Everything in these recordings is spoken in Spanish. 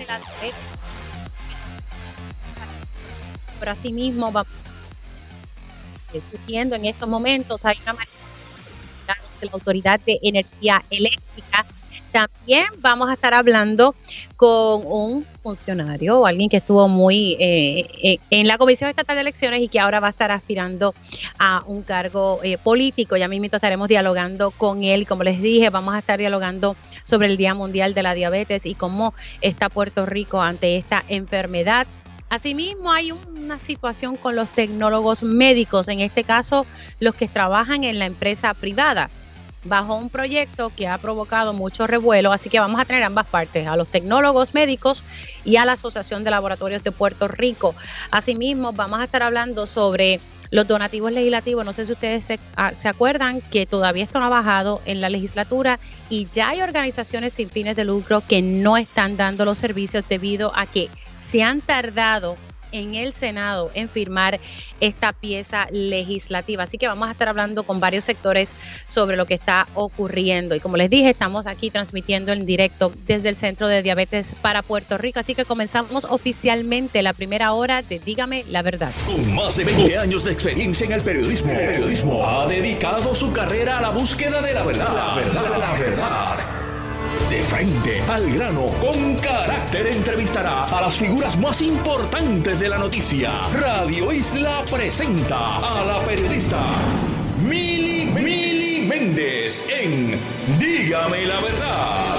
la pero asimismo vamos discutiendo en estos momentos. Hay una manifestación de la Autoridad de Energía Eléctrica. También vamos a estar hablando con un funcionario o alguien que estuvo muy en la Comisión Estatal de Elecciones y que ahora va a estar aspirando a un cargo político. Ya mismo estaremos dialogando con él. Como les dije, vamos a estar dialogando sobre el Día Mundial de la Diabetes y cómo está Puerto Rico ante esta enfermedad. Asimismo, hay una situación con los tecnólogos médicos, en este caso los que trabajan en la empresa privada, bajo un proyecto que ha provocado mucho revuelo, así que vamos a tener ambas partes, a los tecnólogos médicos y a la Asociación de Laboratorios de Puerto Rico. Asimismo, vamos a estar hablando sobre los donativos legislativos. No sé si ustedes se acuerdan que todavía esto no ha bajado en la legislatura y ya hay organizaciones sin fines de lucro que no están dando los servicios debido a que se han tardado en el Senado en firmar esta pieza legislativa. Así que vamos a estar hablando con varios sectores sobre lo que está ocurriendo. Y como les dije, estamos aquí transmitiendo en directo desde el Centro de Diabetes para Puerto Rico. Así que comenzamos oficialmente la primera hora de Dígame la Verdad. Con más de 20 años de experiencia en el periodismo, ha dedicado su carrera a la búsqueda de la verdad. La verdad. De frente, al grano, con carácter, entrevistará a las figuras más importantes de la noticia. Radio Isla presenta a la periodista Mili Méndez en Dígame la Verdad.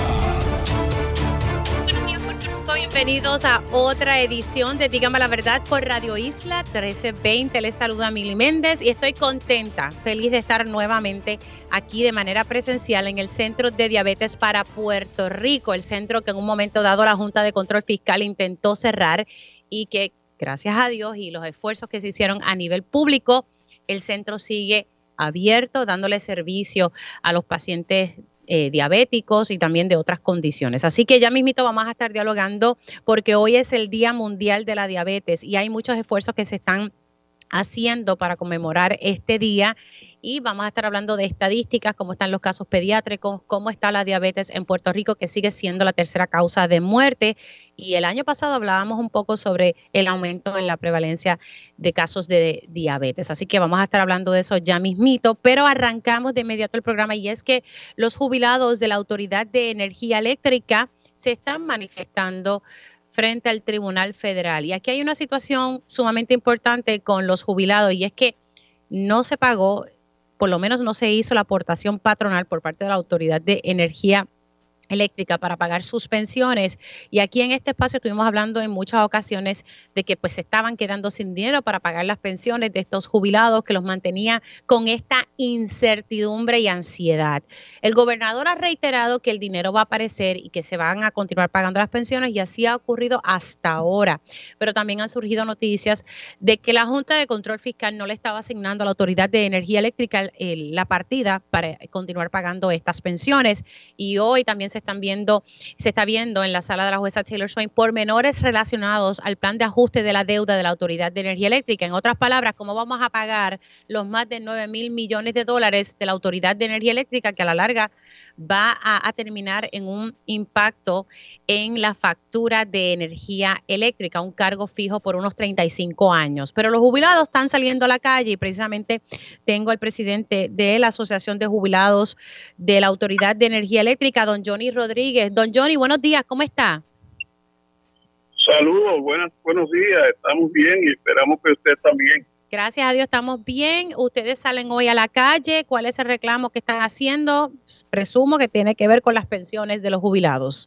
Buenos días, Puerto Rico. Bienvenidos a otra edición de Dígame la Verdad por Radio Isla 1320. Les saluda Mili Méndez y estoy contenta, feliz de estar nuevamente aquí de manera presencial en el Centro de Diabetes para Puerto Rico, el centro que en un momento dado la Junta de Control Fiscal intentó cerrar y que, gracias a Dios y los esfuerzos que se hicieron a nivel público, el centro sigue abierto, dándole servicio a los pacientes diabéticos y también de otras condiciones. Así que ya mismito vamos a estar dialogando porque hoy es el Día Mundial de la Diabetes y hay muchos esfuerzos que se están haciendo para conmemorar este día y vamos a estar hablando de estadísticas, cómo están los casos pediátricos, cómo está la diabetes en Puerto Rico, que sigue siendo la tercera causa de muerte. Y el año pasado hablábamos un poco sobre el aumento en la prevalencia de casos de diabetes. Así que vamos a estar hablando de eso ya mismito, pero arrancamos de inmediato el programa y es que los jubilados de la Autoridad de Energía Eléctrica se están manifestando frente al Tribunal Federal. Y aquí hay una situación sumamente importante con los jubilados y es que no se pagó, por lo menos no se hizo la aportación patronal por parte de la Autoridad de Energía Eléctrica para pagar sus pensiones. Y aquí en este espacio estuvimos hablando en muchas ocasiones de que pues se estaban quedando sin dinero para pagar las pensiones de estos jubilados, que los mantenía con esta incertidumbre y ansiedad. El gobernador ha reiterado que el dinero va a aparecer y que se van a continuar pagando las pensiones y así ha ocurrido hasta ahora. Pero también han surgido noticias de que la Junta de Control Fiscal no le estaba asignando a la Autoridad de Energía Eléctrica la partida para continuar pagando estas pensiones. Y hoy también se está viendo en la sala de la jueza Taylor Swain pormenores relacionados al plan de ajuste de la deuda de la Autoridad de Energía Eléctrica. En otras palabras, cómo vamos a pagar los más de 9,000 millones de dólares de la Autoridad de Energía Eléctrica, que a la larga va a terminar en un impacto en la factura de energía eléctrica, un cargo fijo por unos 35 años. Pero los jubilados están saliendo a la calle y precisamente tengo al presidente de la Asociación de Jubilados de la Autoridad de Energía Eléctrica, don Johnny Rodríguez. Don Johnny, buenos días, ¿cómo está? Saludos, buenos días, estamos bien y esperamos que usted también. Gracias a Dios estamos bien. Ustedes salen hoy a la calle. ¿Cuál es el reclamo que están haciendo? Presumo que tiene que ver con las pensiones de los jubilados.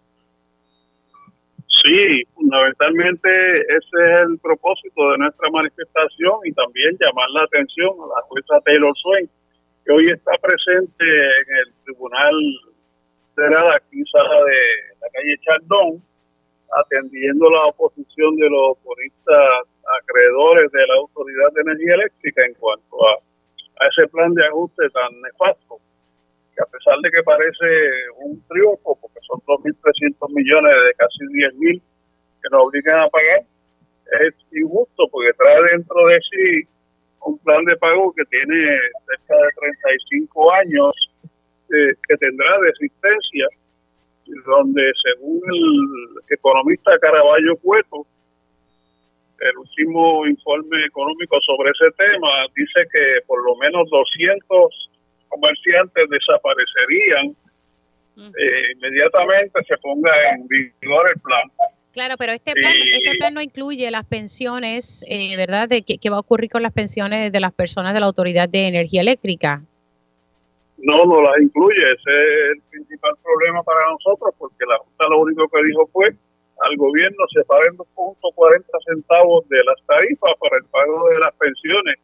Sí, fundamentalmente ese es el propósito de nuestra manifestación y también llamar la atención a la jueza Taylor Swain, que hoy está presente en el Tribunal Federal aquí en sala de la calle Chardón, atendiendo la oposición de los bonistas acreedores de la Autoridad de Energía Eléctrica en cuanto a ese plan de ajuste tan nefasto, que a pesar de que parece un triunfo, porque son 2.300 millones de casi 10.000 que nos obligan a pagar, es injusto porque trae dentro de sí un plan de pago que tiene cerca de 35 años que tendrá de existencia donde según el economista Caraballo Cueto, el último informe económico sobre ese tema dice que por lo menos 200 comerciantes desaparecerían inmediatamente se ponga en vigor el plan. Claro, pero este plan no incluye las pensiones, ¿verdad? ¿Qué va a ocurrir con las pensiones de las personas de la Autoridad de Energía Eléctrica? No las incluye. Ese es el principal problema para nosotros, porque la Junta lo único que dijo fue al gobierno separen 2.40 centavos de las tarifas para el pago de las pensiones.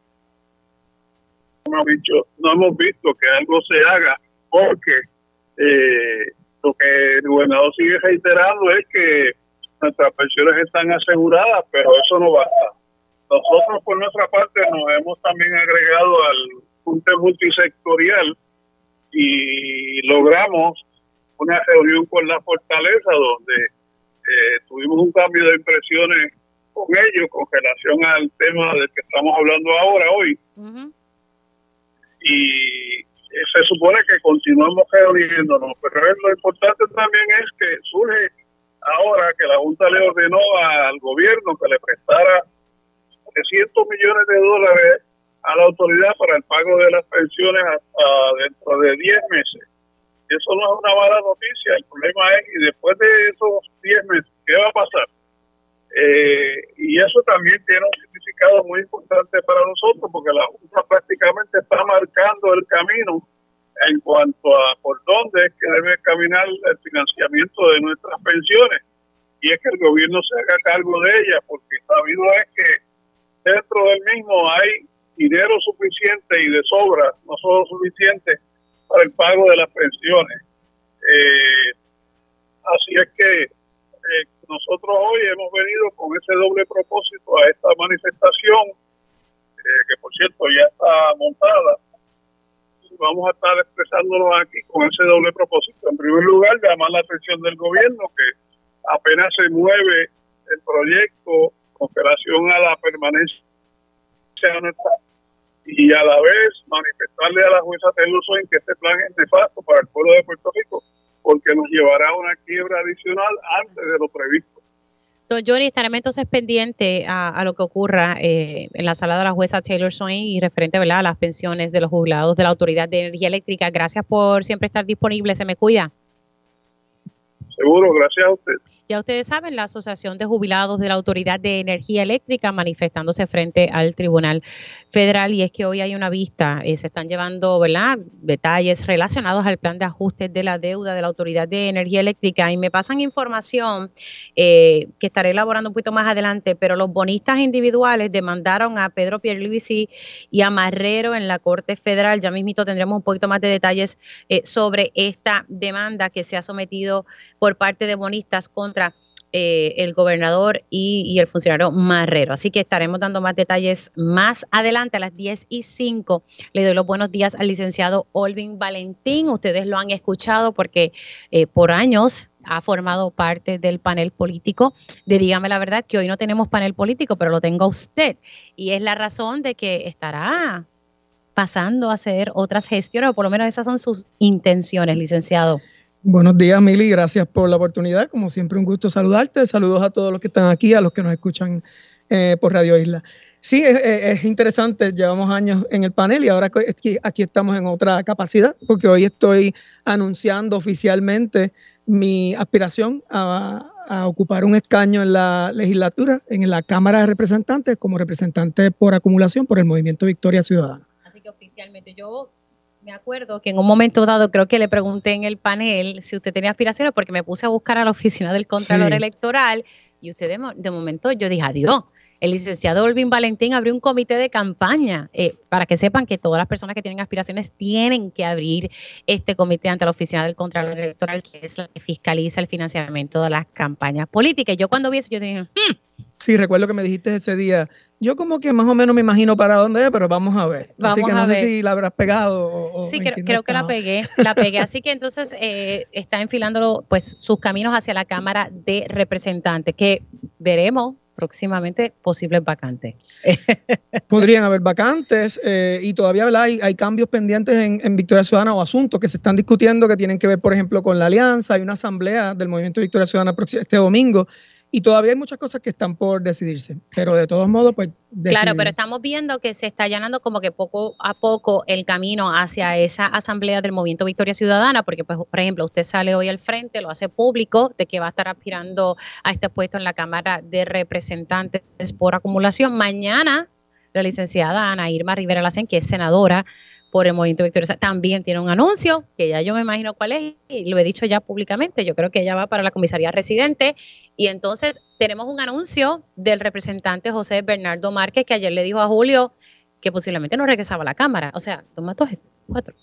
No hemos visto que algo se haga, porque lo que el gobernador sigue reiterando es que nuestras pensiones están aseguradas, pero eso no basta. Nosotros por nuestra parte nos hemos también agregado al Junta Multisectorial y logramos una reunión con la Fortaleza donde tuvimos un cambio de impresiones con ellos con relación al tema del que estamos hablando ahora hoy. Y se supone que continuemos reuniéndonos, pero lo importante también es que surge ahora que la Junta le ordenó al gobierno que le prestara $300 millones a la autoridad para el pago de las pensiones hasta dentro de 10 meses. Eso no es una mala noticia. El problema es, y después de esos 10 meses, ¿qué va a pasar? Y eso también tiene un significado muy importante para nosotros, porque la Junta prácticamente está marcando el camino en cuanto a por dónde es que debe caminar el financiamiento de nuestras pensiones. Y es que el gobierno se haga cargo de ellas, porque sabido es que dentro del mismo hay dinero suficiente y de sobra, no solo suficiente para el pago de las pensiones. Así es que nosotros hoy hemos venido con ese doble propósito a esta manifestación, que por cierto ya está montada. Vamos a estar expresándonos aquí con ese doble propósito. En primer lugar, llamar la atención del gobierno que apenas se mueve el proyecto con relación a la permanencia de nuestra, y a la vez manifestarle a la jueza Taylor Swain que este plan es nefasto para el pueblo de Puerto Rico, porque nos llevará a una quiebra adicional antes de lo previsto. Don Johnny, estaremos entonces pendiente a lo que ocurra en la sala de la jueza Taylor Swain y referente, ¿verdad?, a las pensiones de los jubilados de la Autoridad de Energía Eléctrica. Gracias por siempre estar disponible. Se me cuida. Seguro, gracias a usted. Ya ustedes saben, la Asociación de Jubilados de la Autoridad de Energía Eléctrica manifestándose frente al Tribunal Federal, y es que hoy hay una vista, se están llevando, ¿verdad?, detalles relacionados al plan de ajustes de la deuda de la Autoridad de Energía Eléctrica, y me pasan información que estaré elaborando un poquito más adelante, pero los bonistas individuales demandaron a Pedro Pierluisi y a Marrero en la Corte Federal. Ya mismito tendremos un poquito más de detalles sobre esta demanda que se ha sometido por parte de bonistas contra el gobernador y el funcionario Marrero. Así que estaremos dando más detalles más adelante a las 10:05. Le doy los buenos días al licenciado Olvin Valentín. Ustedes lo han escuchado porque por años ha formado parte del panel político de Dígame la Verdad, que hoy no tenemos panel político, pero lo tengo a usted. Y es la razón de que estará pasando a hacer otras gestiones, o por lo menos esas son sus intenciones, licenciado. Buenos días, Mili, gracias por la oportunidad. Como siempre, un gusto saludarte. Saludos a todos los que están aquí, a los que nos escuchan por Radio Isla. Sí, es interesante, llevamos años en el panel y ahora aquí estamos en otra capacidad, porque hoy estoy anunciando oficialmente mi aspiración a ocupar un escaño en la legislatura, en la Cámara de Representantes, como representante por acumulación por el Movimiento Victoria Ciudadana. Así que oficialmente yo me acuerdo que en un momento dado creo que le pregunté en el panel si usted tenía aspiraciones, porque me puse a buscar a la oficina del Contralor Electoral y usted de momento yo dije, adiós. El licenciado Olvin Valentín abrió un comité de campaña para que sepan que todas las personas que tienen aspiraciones tienen que abrir este comité ante la oficina del Contralor Electoral, que es la que fiscaliza el financiamiento de las campañas políticas. Y yo cuando vi eso, yo dije, Sí, recuerdo que me dijiste ese día, yo como que más o menos me imagino para dónde es, pero vamos a ver. Así que no sé si la habrás pegado. Sí, creo que la pegué. Así que entonces está enfilando pues sus caminos hacia la Cámara de Representantes, que veremos próximamente posibles vacantes. Podrían haber vacantes y todavía, ¿verdad? Hay cambios pendientes en Victoria Ciudadana o asuntos que se están discutiendo que tienen que ver, por ejemplo, con la alianza. Hay una asamblea del Movimiento Victoria Ciudadana este domingo y todavía hay muchas cosas que están por decidirse, pero de todos modos, pues Claro, pero estamos viendo que se está allanando como que poco a poco el camino hacia esa asamblea del Movimiento Victoria Ciudadana, porque, pues, por ejemplo, usted sale hoy al frente, lo hace público, de que va a estar aspirando a este puesto en la Cámara de Representantes por acumulación. Mañana, la licenciada Ana Irma Rivera Lacén, que es senadora por el Movimiento Victoria Ciudadana, también tiene un anuncio, que ya yo me imagino cuál es, y lo he dicho ya públicamente, yo creo que ella va para la comisaría residente, y entonces tenemos un anuncio del representante José Bernardo Márquez, que ayer le dijo a Julio que posiblemente no regresaba a la Cámara. O sea, toma todos cuatro.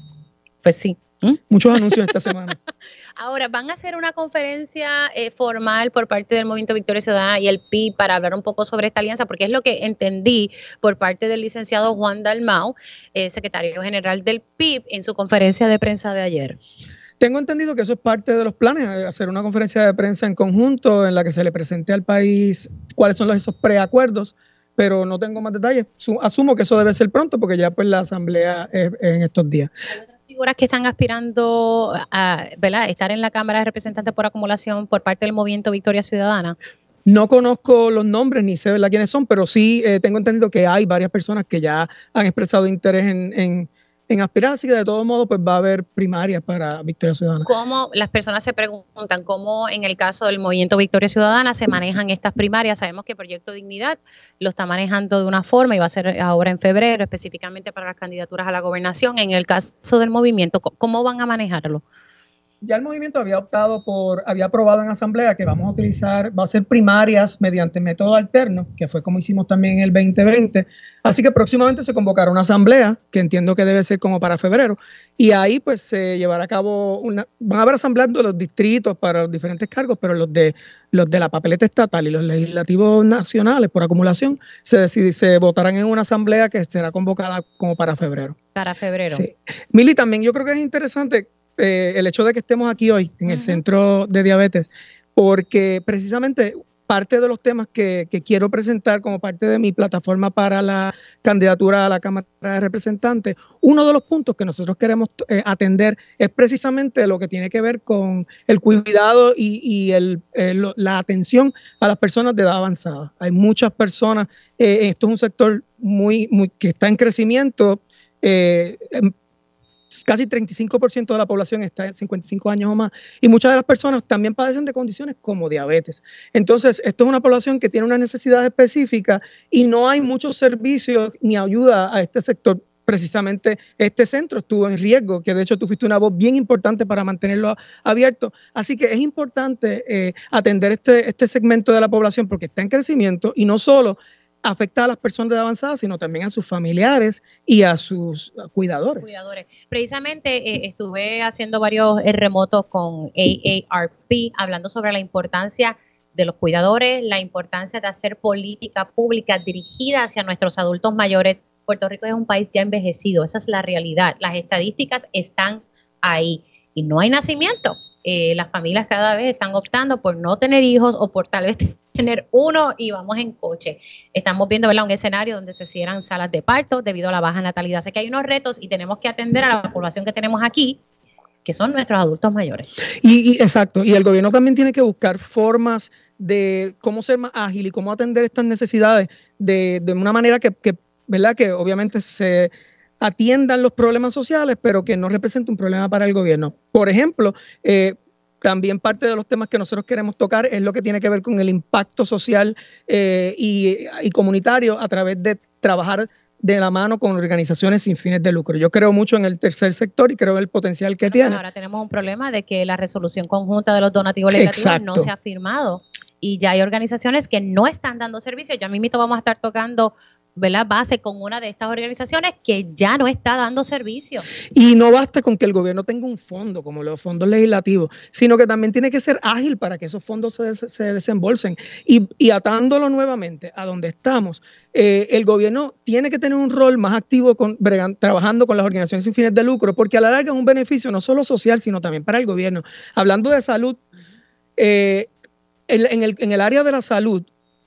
Pues sí. Muchos anuncios esta semana. Ahora, van a hacer una conferencia formal por parte del Movimiento Victoria Ciudadana y el PIB para hablar un poco sobre esta alianza, porque es lo que entendí por parte del licenciado Juan Dalmau, secretario general del PIB, en su conferencia de prensa de ayer. Tengo entendido que eso es parte de los planes, hacer una conferencia de prensa en conjunto en la que se le presente al país cuáles son esos preacuerdos, pero no tengo más detalles. Asumo que eso debe ser pronto porque ya pues la asamblea es en estos días. ¿Hay otras figuras que están aspirando a, ¿verdad?, estar en la Cámara de Representantes por acumulación por parte del Movimiento Victoria Ciudadana? No conozco los nombres ni sé, ¿verdad?, quiénes son, pero sí tengo entendido que hay varias personas que ya han expresado interés en aspirar, así que de todos modos pues va a haber primarias para Victoria Ciudadana. ¿Cómo las personas se preguntan cómo en el caso del Movimiento Victoria Ciudadana se manejan estas primarias? Sabemos que Proyecto Dignidad lo está manejando de una forma y va a ser ahora en febrero, específicamente para las candidaturas a la gobernación. En el caso del movimiento, ¿cómo van a manejarlo? Ya el movimiento había aprobado en asamblea que vamos a utilizar, va a ser primarias mediante método alterno, que fue como hicimos también en el 2020. Así que próximamente se convocará una asamblea, que entiendo que debe ser como para febrero, y ahí pues se llevará a cabo van a haber asambleas de los distritos para los diferentes cargos, pero los de la papeleta estatal y los legislativos nacionales por acumulación se votarán en una asamblea que será convocada como para febrero. Para febrero. Sí. Mili, también yo creo que es interesante el hecho de que estemos aquí hoy en el Centro de Diabetes, porque precisamente parte de los temas que quiero presentar como parte de mi plataforma para la candidatura a la Cámara de Representantes, uno de los puntos que nosotros queremos atender es precisamente lo que tiene que ver con el cuidado y la atención a las personas de edad avanzada. Hay muchas personas, esto es un sector que está en crecimiento, casi 35% de la población está en 55 años o más y muchas de las personas también padecen de condiciones como diabetes. Entonces, esto es una población que tiene una necesidad específica y no hay muchos servicios ni ayuda a este sector. Precisamente este centro estuvo en riesgo, que de hecho tú fuiste una voz bien importante para mantenerlo abierto. Así que es importante atender este segmento de la población porque está en crecimiento y no solo afecta a las personas de edad avanzada, sino también a sus familiares y a sus cuidadores. Precisamente estuve haciendo varios remotos con AARP, hablando sobre la importancia de los cuidadores, la importancia de hacer política pública dirigida hacia nuestros adultos mayores. Puerto Rico es un país ya envejecido, esa es la realidad. Las estadísticas están ahí y no hay nacimiento. Las familias cada vez están optando por no tener hijos o por tal vez tener uno y vamos en coche. Estamos viendo, ¿verdad?, un escenario donde se cierran salas de parto debido a la baja natalidad. Así que hay unos retos y tenemos que atender a la población que tenemos aquí, que son nuestros adultos mayores. Exacto, y el gobierno también tiene que buscar formas de cómo ser más ágil y cómo atender estas necesidades de una manera que ¿verdad?, que obviamente se atiendan los problemas sociales, pero que no represente un problema para el gobierno. Por ejemplo, también parte de los temas que nosotros queremos tocar es lo que tiene que ver con el impacto social y comunitario a través de trabajar de la mano con organizaciones sin fines de lucro. Yo creo mucho en el tercer sector y creo en el potencial que tiene. Ahora tenemos un problema de que la resolución conjunta de los donativos legislativos no se ha firmado y ya hay organizaciones que no están dando servicio. Ya mismito vamos a estar tocando, ¿verdad?, base con una de estas organizaciones que ya no está dando servicio. Y no basta con que el gobierno tenga un fondo, como los fondos legislativos, sino que también tiene que ser ágil para que esos fondos se desembolsen. Y atándolo nuevamente a donde estamos, el gobierno tiene que tener un rol más activo trabajando con las organizaciones sin fines de lucro, porque a la larga es un beneficio no solo social, sino también para el gobierno. Hablando de salud, en el área de la salud,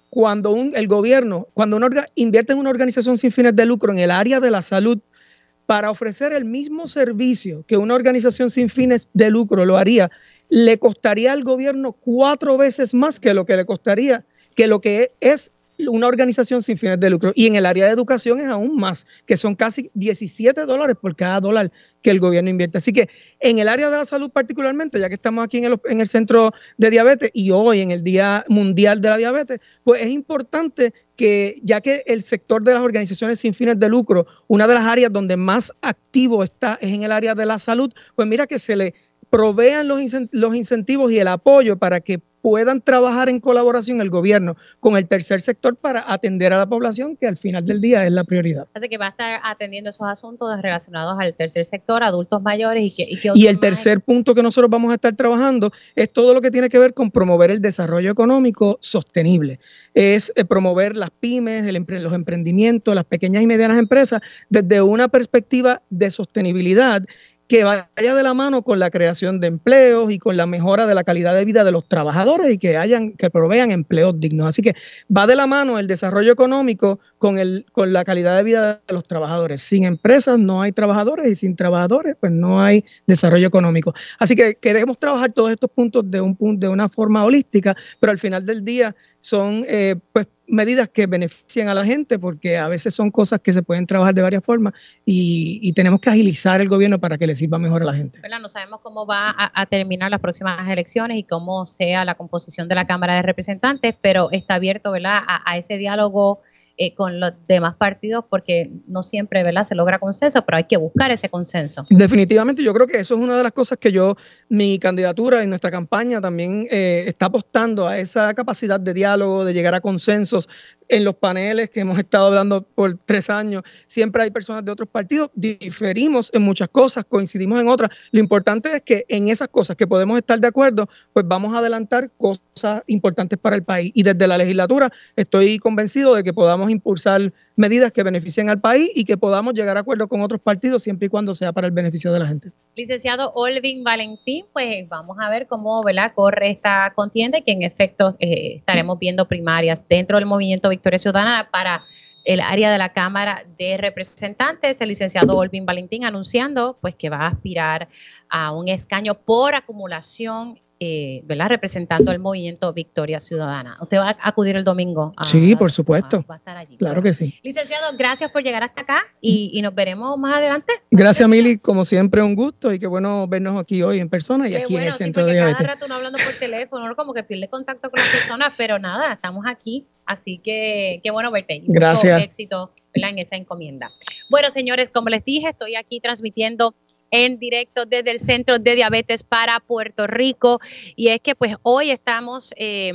cuando el gobierno, invierte en una organización sin fines de lucro en el área de la salud para ofrecer el mismo servicio que una organización sin fines de lucro lo haría, le costaría al gobierno 4 veces más que lo que le costaría, que lo que es una organización sin fines de lucro. Y en el área de educación es aún más, que son casi $17 por cada dólar que el gobierno invierte. Así que en el área de la salud particularmente, ya que estamos aquí en el Centro de Diabetes y hoy en el Día Mundial de la Diabetes, pues es importante que, ya que el sector de las organizaciones sin fines de lucro, una de las áreas donde más activo está es en el área de la salud, pues mira que se le provean los incentivos y el apoyo para que puedan trabajar en colaboración el gobierno con el tercer sector para atender a la población, que al final del día es la prioridad. Así que va a estar atendiendo esos asuntos relacionados al tercer sector, adultos mayores y el tercer punto que nosotros vamos a estar trabajando es todo lo que tiene que ver con promover el desarrollo económico sostenible. Es promover las pymes, los emprendimientos, las pequeñas y medianas empresas desde una perspectiva de sostenibilidad que vaya de la mano con la creación de empleos y con la mejora de la calidad de vida de los trabajadores y que provean empleos dignos. Así que va de la mano el desarrollo económico con la calidad de vida de los trabajadores. Sin empresas no hay trabajadores y sin trabajadores pues no hay desarrollo económico. Así que queremos trabajar todos estos puntos de una forma holística, pero al final del día son pues medidas que benefician a la gente, porque a veces son cosas que se pueden trabajar de varias formas y tenemos que agilizar el gobierno para que le sirva mejor a la gente. No sabemos cómo va a terminar las próximas elecciones y cómo sea la composición de la Cámara de Representantes, pero está abierto, ¿verdad?, a ese diálogo con los demás partidos, porque no siempre, ¿verdad?, se logra consenso, pero hay que buscar ese consenso. Definitivamente, yo creo que eso es una de las cosas que mi candidatura en nuestra campaña también está apostando a esa capacidad de diálogo, de llegar a consensos. En los paneles que hemos estado hablando por 3 años, siempre hay personas de otros partidos, diferimos en muchas cosas, coincidimos en otras. Lo importante es que en esas cosas que podemos estar de acuerdo, pues vamos a adelantar cosas importantes para el país. Y desde la legislatura estoy convencido de que podamos impulsar medidas que beneficien al país y que podamos llegar a acuerdo con otros partidos siempre y cuando sea para el beneficio de la gente. Licenciado Olvin Valentín, pues vamos a ver cómo, ¿verdad?, corre esta contienda y que en efecto estaremos viendo primarias dentro del movimiento Victoria Ciudadana para el área de la Cámara de Representantes. El licenciado Olvin Valentín anunciando pues que va a aspirar a un escaño por acumulación, ¿verdad?, representando el movimiento Victoria Ciudadana. ¿Usted va a acudir el domingo? Sí, por supuesto. Va a estar allí. Claro que sí. Licenciado, gracias por llegar hasta acá y nos veremos más adelante. Gracias, Mili. Como siempre, un gusto y qué bueno vernos aquí hoy en persona y aquí en el Centro de Diabetes. Cada rato uno hablando por teléfono, como que pierde contacto con las personas, pero nada, estamos aquí. Así que qué bueno verte. Gracias. Mucho éxito, ¿verdad?, en esa encomienda. Bueno, señores, como les dije, estoy aquí transmitiendo en directo desde el Centro de Diabetes para Puerto Rico, y es que pues hoy estamos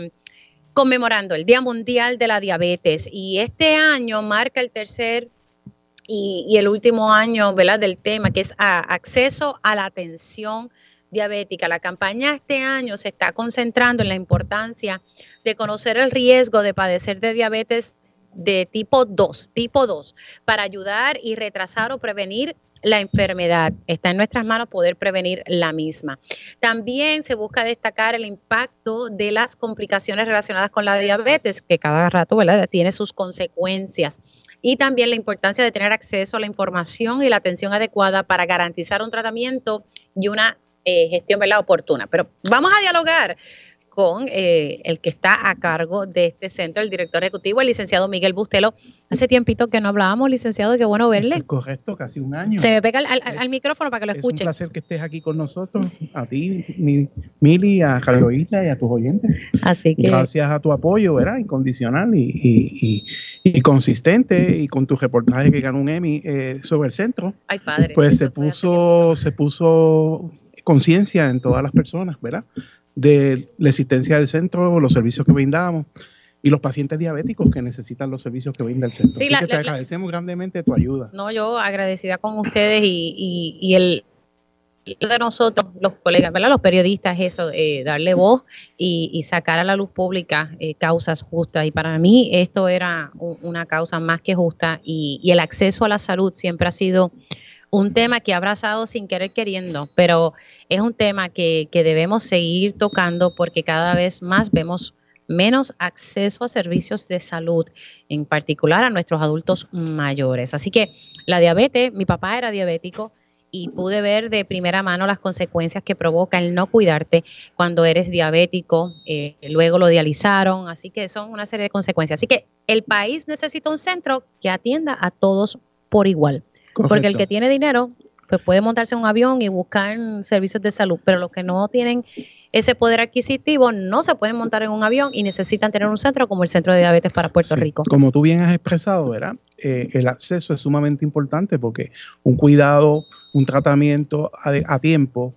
conmemorando el Día Mundial de la Diabetes, y este año marca el tercer y el último año, ¿verdad?, del tema, que es acceso a la atención diabética. La campaña este año se está concentrando en la importancia de conocer el riesgo de padecer de diabetes de tipo 2, para ayudar y retrasar o prevenir la enfermedad. Está en nuestras manos poder prevenir la misma. También se busca destacar el impacto de las complicaciones relacionadas con la diabetes, que cada rato, ¿verdad?, tiene sus consecuencias. Y también la importancia de tener acceso a la información y la atención adecuada para garantizar un tratamiento y una gestión, ¿verdad?, oportuna. Pero vamos a dialogar con el que está a cargo de este centro, el director ejecutivo, el licenciado Miguel Bustelo. Hace tiempito que no hablábamos, licenciado, qué bueno verle. Es correcto, casi un año. Se me pega al micrófono para que lo escuchen. Es un placer que estés aquí con nosotros, a ti, Mili, a Radio Isla y a tus oyentes. Así que gracias a tu apoyo, ¿verdad?, incondicional y consistente, y con tu reportaje que ganó un Emmy sobre el centro. Ay, padre. Pues se puso conciencia en todas las personas, ¿verdad?, de la existencia del centro, los servicios que brindamos y los pacientes diabéticos que necesitan los servicios que brinda el centro. Sí, así que te agradecemos grandemente tu ayuda. No, yo agradecida con ustedes y el de nosotros, los colegas, ¿verdad?, los periodistas, eso, darle voz y sacar a la luz pública causas justas. Y para mí esto era una causa más que justa, y el acceso a la salud siempre ha sido un tema que ha abrazado sin querer queriendo, pero es un tema que debemos seguir tocando porque cada vez más vemos menos acceso a servicios de salud, en particular a nuestros adultos mayores. Así que la diabetes, mi papá era diabético y pude ver de primera mano las consecuencias que provoca el no cuidarte cuando eres diabético. Luego lo dializaron, así que son una serie de consecuencias. Así que el país necesita un centro que atienda a todos por igual. Correcto. Porque el que tiene dinero pues puede montarse en un avión y buscar servicios de salud, pero los que no tienen ese poder adquisitivo no se pueden montar en un avión y necesitan tener un centro como el Centro de Diabetes para Puerto Rico. Como tú bien has expresado, ¿verdad? El acceso es sumamente importante porque un cuidado, un tratamiento a tiempo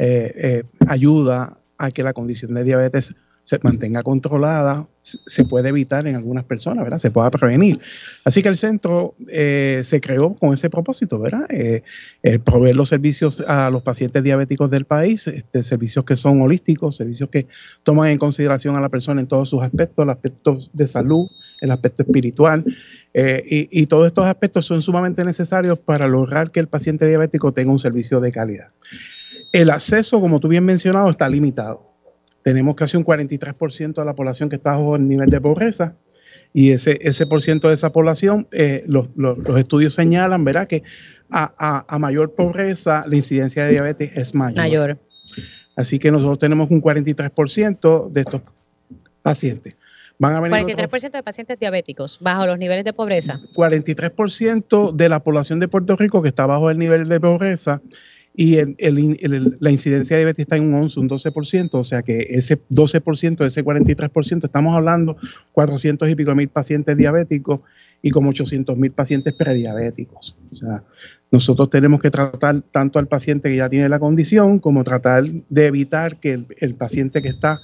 ayuda a que la condición de diabetes se mantenga controlada, se puede evitar en algunas personas, ¿verdad? Se pueda prevenir. Así que el centro se creó con ese propósito, ¿verdad? Proveer los servicios a los pacientes diabéticos del país, servicios que son holísticos, servicios que toman en consideración a la persona en todos sus aspectos, el aspecto de salud, el aspecto espiritual, y todos estos aspectos son sumamente necesarios para lograr que el paciente diabético tenga un servicio de calidad. El acceso, como tú bien mencionado, está limitado. Tenemos casi un 43% de la población que está bajo el nivel de pobreza y ese por ciento de esa población, los estudios señalan, ¿verdad?, que a mayor pobreza la incidencia de diabetes es mayor. Así que nosotros tenemos un 43% de estos pacientes. Van a venir 43% de pacientes diabéticos bajo los niveles de pobreza. 43% de la población de Puerto Rico que está bajo el nivel de pobreza. Y la incidencia de diabetes está en un 11, un 12%, o sea que ese 12% de ese 43%, estamos hablando 400 y pico mil pacientes diabéticos y como 800,000 pacientes prediabéticos. O sea, nosotros tenemos que tratar tanto al paciente que ya tiene la condición como tratar de evitar que el paciente que está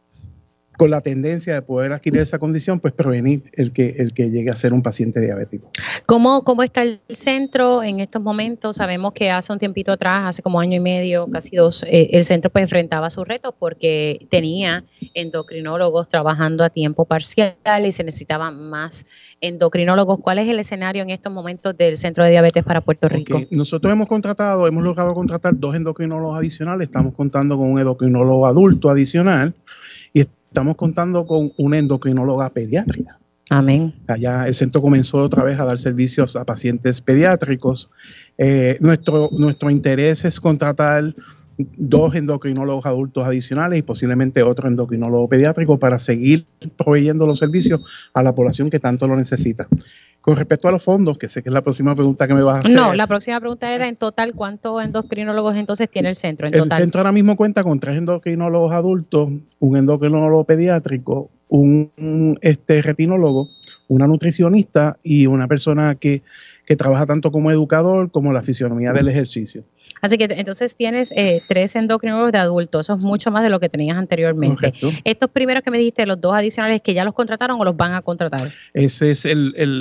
con la tendencia de poder adquirir esa condición, pues prevenir el que llegue a ser un paciente diabético. ¿Cómo está el centro en estos momentos? Sabemos que hace un tiempito atrás, hace como año y medio, casi 2, el centro pues enfrentaba sus retos porque tenía endocrinólogos trabajando a tiempo parcial y se necesitaban más endocrinólogos. ¿Cuál es el escenario en estos momentos del Centro de Diabetes para Puerto Rico? Okay. Nosotros hemos logrado contratar 2 endocrinólogos adicionales, estamos contando con un endocrinólogo adulto adicional y estamos contando con una endocrinóloga pediátrica. Amén. Allá el centro comenzó otra vez a dar servicios a pacientes pediátricos. Nuestro interés es contratar 2 endocrinólogos adultos adicionales y posiblemente otro endocrinólogo pediátrico para seguir proveyendo los servicios a la población que tanto lo necesita. Con respecto a los fondos, que sé que es la próxima pregunta que me vas a hacer. No, la próxima pregunta era en total, ¿cuántos endocrinólogos entonces tiene el centro? El centro ahora mismo cuenta con 3 endocrinólogos adultos, un endocrinólogo pediátrico, un retinólogo, una nutricionista y una persona que trabaja tanto como educador como la fisionomía del ejercicio. Así que entonces tienes 3 endocrinólogos de adultos, eso es mucho más de lo que tenías anteriormente. Correcto. Estos primeros que me dijiste, los 2 adicionales, ¿que ya los contrataron o los van a contratar? Ese es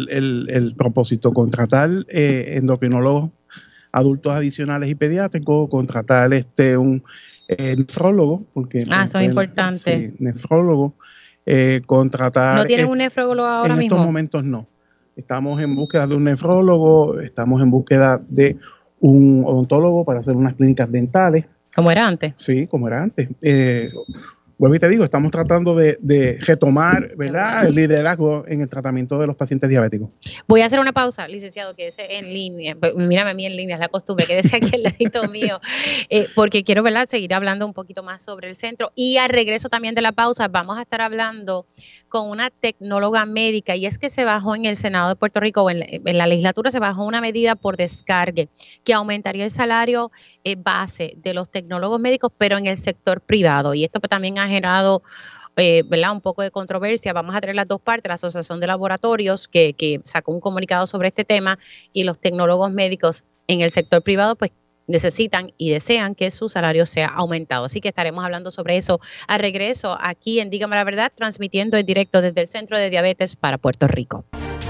el propósito, contratar endocrinólogos adultos adicionales y pediátricos, contratar un nefrólogo, porque eso es importante. Sí, nefrólogo, contratar. ¿No tienes un nefrólogo ahora mismo? En estos momentos no. Estamos en búsqueda de un nefrólogo, estamos en búsqueda de un odontólogo para hacer unas clínicas dentales. ¿Como era antes? Sí, como era antes. Vuelvo y te digo, estamos tratando de retomar, ¿verdad?, el liderazgo en el tratamiento de los pacientes diabéticos. Voy a hacer una pausa, licenciado, quédese en línea. Mírame a mí en línea, es la costumbre, quédese aquí al ladito mío, porque quiero, ¿verdad?, seguir hablando un poquito más sobre el centro. Y al regreso también de la pausa vamos a estar hablando con una tecnóloga médica, y es que se bajó en el Senado de Puerto Rico, o en la legislatura se bajó una medida por descargue que aumentaría el salario base de los tecnólogos médicos, pero en el sector privado. Y esto también ha generado ¿verdad?, un poco de controversia. Vamos a tener las 2 partes, la Asociación de Laboratorios que sacó un comunicado sobre este tema y los tecnólogos médicos en el sector privado pues necesitan y desean que su salario sea aumentado. Así que estaremos hablando sobre eso al regreso aquí en Dígame la Verdad, transmitiendo en directo desde el Centro de Diabetes para Puerto Rico.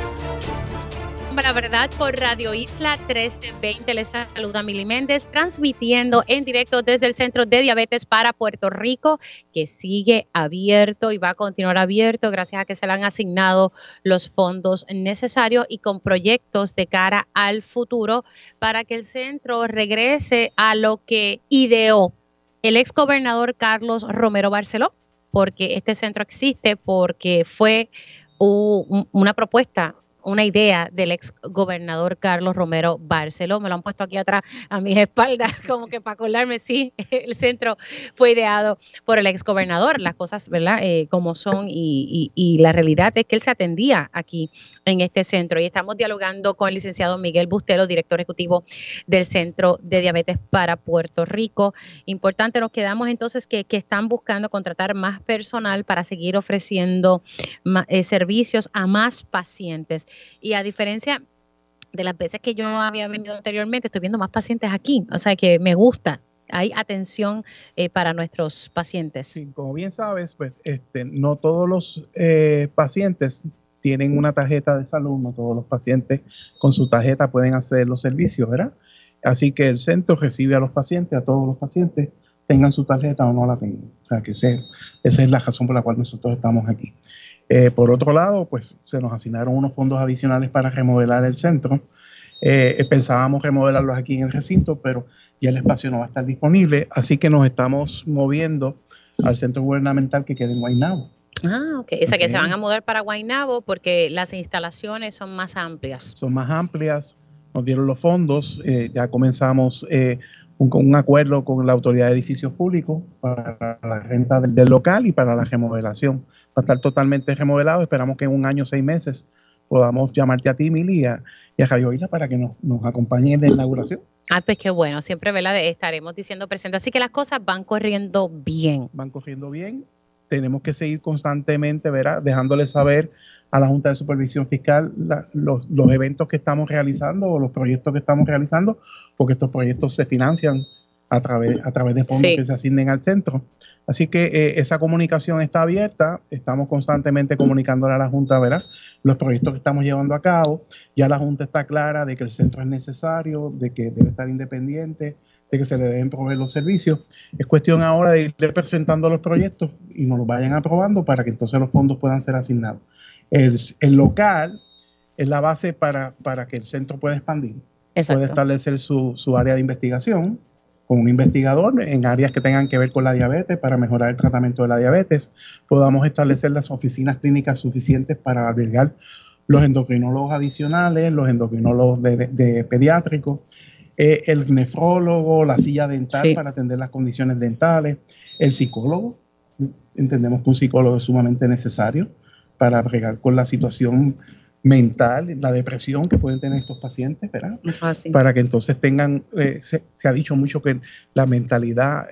La Verdad por Radio Isla 1320, les saluda Mili Méndez, transmitiendo en directo desde el Centro de Diabetes para Puerto Rico, que sigue abierto y va a continuar abierto gracias a que se le han asignado los fondos necesarios y con proyectos de cara al futuro para que el centro regrese a lo que ideó el exgobernador Carlos Romero Barceló porque este centro existe porque fue una propuesta, una idea del ex gobernador Carlos Romero Barceló. Me lo han puesto aquí atrás a mis espaldas, como que para acordarme, sí, el centro fue ideado por el ex gobernador, las cosas, ¿verdad? Como son, y la realidad es que él se atendía aquí en este centro. Y estamos dialogando con el licenciado Miguel Bustelo, director ejecutivo del Centro de Diabetes para Puerto Rico. Importante, nos quedamos entonces que están buscando contratar más personal para seguir ofreciendo servicios a más pacientes. Y a diferencia de las veces que yo había venido anteriormente, estoy viendo más pacientes aquí, o sea que me gusta. Hay atención para nuestros pacientes. Sí, como bien sabes, pues no todos los pacientes tienen una tarjeta de salud, no todos los pacientes con su tarjeta pueden acceder a los servicios, ¿verdad? Así que el centro recibe a los pacientes, a todos los pacientes, tengan su tarjeta o no la tengan. O sea que esa es la razón por la cual nosotros estamos aquí. Por otro lado, pues se nos asignaron unos fondos adicionales para remodelar el centro. Pensábamos remodelarlos aquí en el recinto, pero ya el espacio no va a estar disponible, así que nos estamos moviendo al centro gubernamental que queda en Guaynabo. Ah, ok. O sea que se van a mudar para Guaynabo porque las instalaciones son más amplias. Son más amplias, nos dieron los fondos, ya comenzamos un acuerdo con la Autoridad de Edificios Públicos para la renta del local y para la remodelación. Va a estar totalmente remodelado, esperamos que en 1 año, 6 meses podamos llamarte a ti, Mili, y a Radio Isla para que nos acompañen en la inauguración. Ah, pues qué bueno, siempre, ¿verdad? Estaremos diciendo presente. Así que las cosas van corriendo bien. Van corriendo bien. Tenemos que seguir constantemente, ¿verdad? Dejándole saber a la Junta de Supervisión Fiscal los eventos que estamos realizando o los proyectos que estamos realizando, porque estos proyectos se financian a través de fondos que se asignen al centro. Así que esa comunicación está abierta, estamos constantemente comunicándole a la Junta, ¿verdad?, los proyectos que estamos llevando a cabo. Ya la Junta está clara de que el centro es necesario, de que debe estar independiente, de que se le deben proveer los servicios. Es cuestión ahora de ir presentando los proyectos y nos los vayan aprobando para que entonces los fondos puedan ser asignados. El local es la base para que el centro pueda expandir. Exacto. Puede establecer su área de investigación con un investigador en áreas que tengan que ver con la diabetes para mejorar el tratamiento de la diabetes. Podamos establecer las oficinas clínicas suficientes para albergar los endocrinólogos adicionales, los endocrinólogos de pediátricos, el nefrólogo, la silla dental para atender las condiciones dentales, el psicólogo. Entendemos que un psicólogo es sumamente necesario para bregar con la situación mental, la depresión que pueden tener estos pacientes, ¿verdad? Para que entonces tengan, se ha dicho mucho que la mentalidad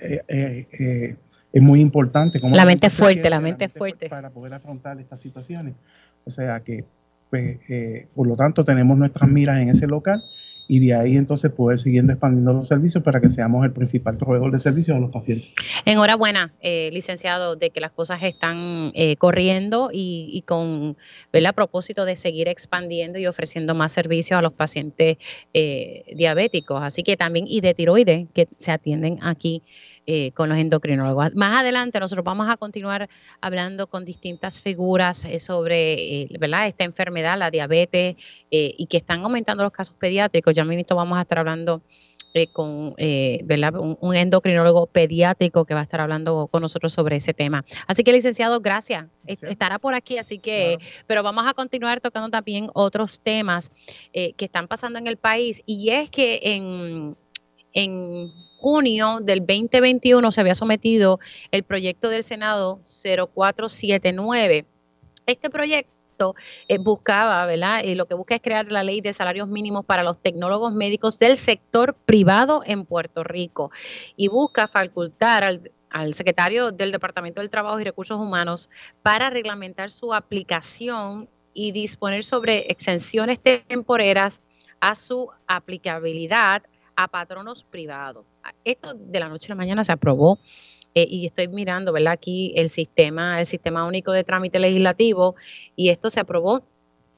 es muy importante. Como la mente es fuerte, la mente es fuerte. Para poder afrontar estas situaciones. O sea que, pues, por lo tanto, tenemos nuestras miras en ese local y de ahí entonces poder seguir expandiendo los servicios para que seamos el principal proveedor de servicios a los pacientes. Enhorabuena, licenciado, de que las cosas están corriendo y con, ¿verdad?, propósito de seguir expandiendo y ofreciendo más servicios a los pacientes diabéticos, así que también, y de tiroides, que se atienden aquí con los endocrinólogos. Más adelante nosotros vamos a continuar hablando con distintas figuras sobre ¿verdad?, esta enfermedad, la diabetes, y que están aumentando los casos pediátricos. Ya mismo vamos a estar hablando con ¿verdad?, un endocrinólogo pediátrico que va a estar hablando con nosotros sobre ese tema. Así que, licenciado, gracias. Estará por aquí, así que, claro. Pero vamos a continuar tocando también otros temas que están pasando en el país, y es que en junio del 2021 se había sometido el proyecto del Senado 0479. Este proyecto buscaba, ¿verdad? Lo que busca es crear la ley de salarios mínimos para los tecnólogos médicos del sector privado en Puerto Rico, y busca facultar al secretario del Departamento del Trabajo y Recursos Humanos para reglamentar su aplicación y disponer sobre exenciones temporeras a su aplicabilidad a patronos privados. Esto de la noche a la mañana se aprobó y estoy mirando, ¿verdad?, aquí el sistema único de trámite legislativo, y esto se aprobó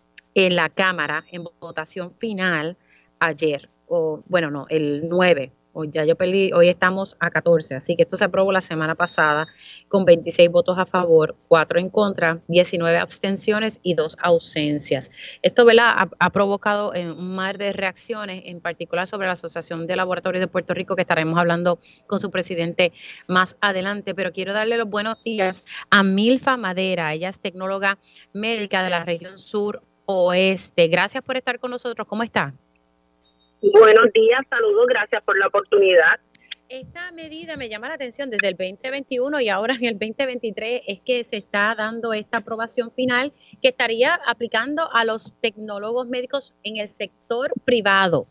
en la Cámara en votación final ayer, el 9 Hoy estamos a 14, así que esto se aprobó la semana pasada con 26 votos a favor, 4 en contra, 19 abstenciones y 2 ausencias. Esto, ¿verdad?, ha provocado un mar de reacciones, en particular sobre la Asociación de Laboratorios de Puerto Rico, que estaremos hablando con su presidente más adelante, pero quiero darle los buenos días a Milfa Madera. Ella es tecnóloga médica de la región sur oeste. Gracias por estar con nosotros. ¿Cómo está? Buenos días, saludos, gracias por la oportunidad. Esta medida me llama la atención desde el 2021 y ahora en el 2023 es que se está dando esta aprobación final que estaría aplicando a los tecnólogos médicos en el sector privado.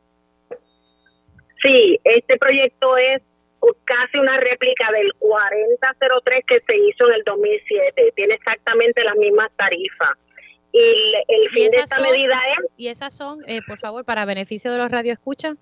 Sí, este proyecto es casi una réplica del 4003 que se hizo en el 2007. Tiene exactamente las mismas tarifas. Y el fin de esta medida es... ¿Y esas son, por favor, para beneficio de los radioescuchas?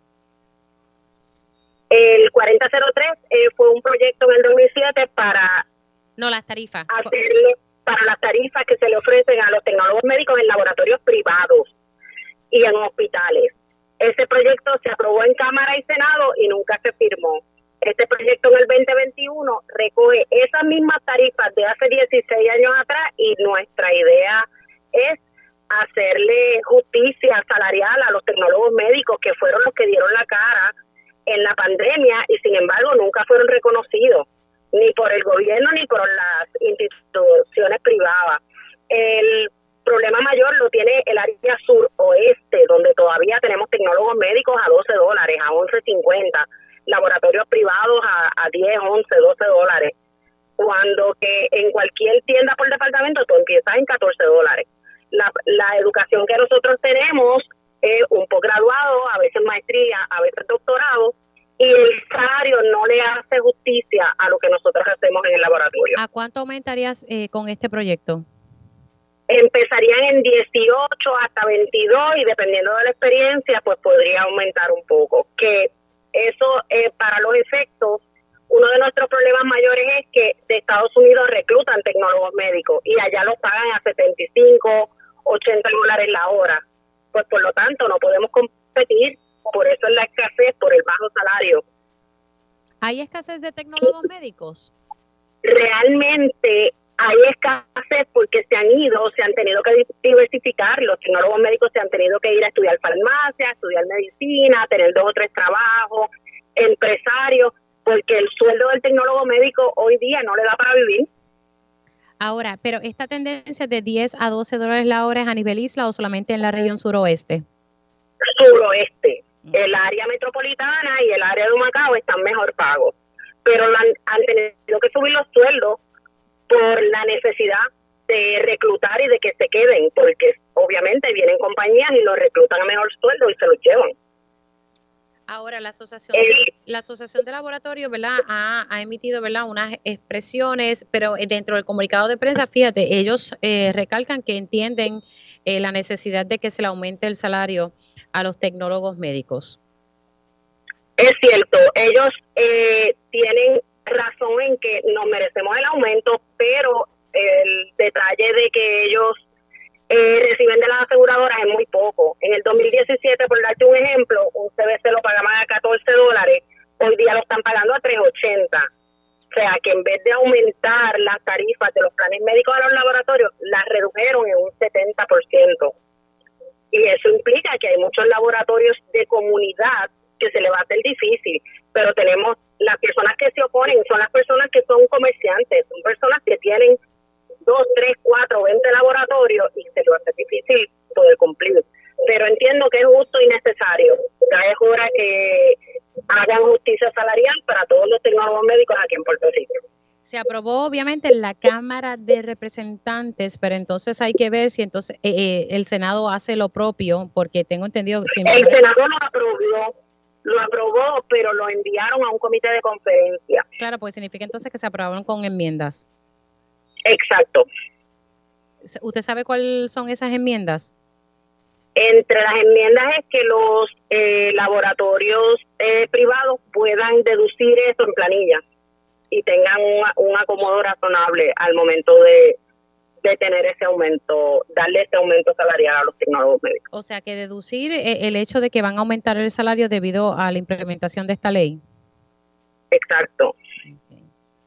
El 4003 fue un proyecto en el 2007 para... No, las tarifas. Para las tarifas que se le ofrecen a los tecnólogos médicos en laboratorios privados y en hospitales. Ese proyecto se aprobó en Cámara y Senado y nunca se firmó. Este proyecto en el 2021 recoge esas mismas tarifas de hace 16 años atrás y nuestra idea es hacerle justicia salarial a los tecnólogos médicos que fueron los que dieron la cara en la pandemia y sin embargo nunca fueron reconocidos ni por el gobierno ni por las instituciones privadas. El problema mayor lo tiene el área sur-oeste, donde todavía tenemos tecnólogos médicos a $12, a $11.50, laboratorios privados a 10, 11, $12, cuando que en cualquier tienda por departamento tú empiezas en $14. La educación que nosotros tenemos es un posgraduado, a veces maestría, a veces doctorado, y el salario no le hace justicia a lo que nosotros hacemos en el laboratorio. ¿A cuánto aumentarías con este proyecto? Empezarían en 18 hasta 22 y dependiendo de la experiencia, pues podría aumentar un poco. Que eso, para los efectos, uno de nuestros problemas mayores es que de Estados Unidos reclutan tecnólogos médicos y allá los pagan a 75, $80 la hora. Pues por lo tanto no podemos competir, por eso es la escasez, por el bajo salario. ¿Hay escasez de tecnólogos médicos? Realmente hay escasez porque se han tenido que diversificar, los tecnólogos médicos se han tenido que ir a estudiar farmacia, a estudiar medicina, a tener 2 o 3 trabajos, empresarios, porque el sueldo del tecnólogo médico hoy día no le da para vivir. Ahora, pero esta tendencia de 10 a $12 la hora es a nivel isla o solamente en la región suroeste? Suroeste. El área metropolitana y el área de Humacao están mejor pagos, pero han tenido que subir los sueldos por la necesidad de reclutar y de que se queden, porque obviamente vienen compañías y los reclutan a mejor sueldo y se los llevan. Ahora, la asociación de laboratorios, ¿verdad?, ha emitido, ¿verdad?, unas expresiones, pero dentro del comunicado de prensa, fíjate, ellos recalcan que entienden la necesidad de que se le aumente el salario a los tecnólogos médicos. Es cierto, ellos tienen razón en que nos merecemos el aumento, pero el detalle de que ellos reciben de las aseguradoras es muy poco. En el 2017, por darte un ejemplo, un CBC lo pagaban a $14, hoy día lo están pagando a $3.80. O sea, que en vez de aumentar las tarifas de los planes médicos de los laboratorios, las redujeron en un 70%. Y eso implica que hay muchos laboratorios de comunidad que se le va a hacer difícil, pero tenemos las personas que se oponen, son las personas que son comerciantes, son personas que tienen 2, 3, 4, 20 laboratorios y se les va a hacer difícil poder cumplir. Pero entiendo que es justo y necesario. Ya es hora que hagan justicia salarial para todos los tecnólogos médicos aquí en Puerto Rico. Se aprobó obviamente en la Cámara de Representantes, pero entonces hay que ver si entonces el Senado hace lo propio, porque tengo entendido que... El Senado lo aprobó, pero lo enviaron a un comité de conferencia. Claro, pues significa entonces que se aprobaron con enmiendas. Exacto. ¿Usted sabe cuáles son esas enmiendas? Entre las enmiendas es que los laboratorios privados puedan deducir eso en planilla y tengan un acomodo razonable al momento de tener ese aumento, darle ese aumento salarial a los tecnólogos médicos. O sea, que deducir el hecho de que van a aumentar el salario debido a la implementación de esta ley. Exacto. Okay.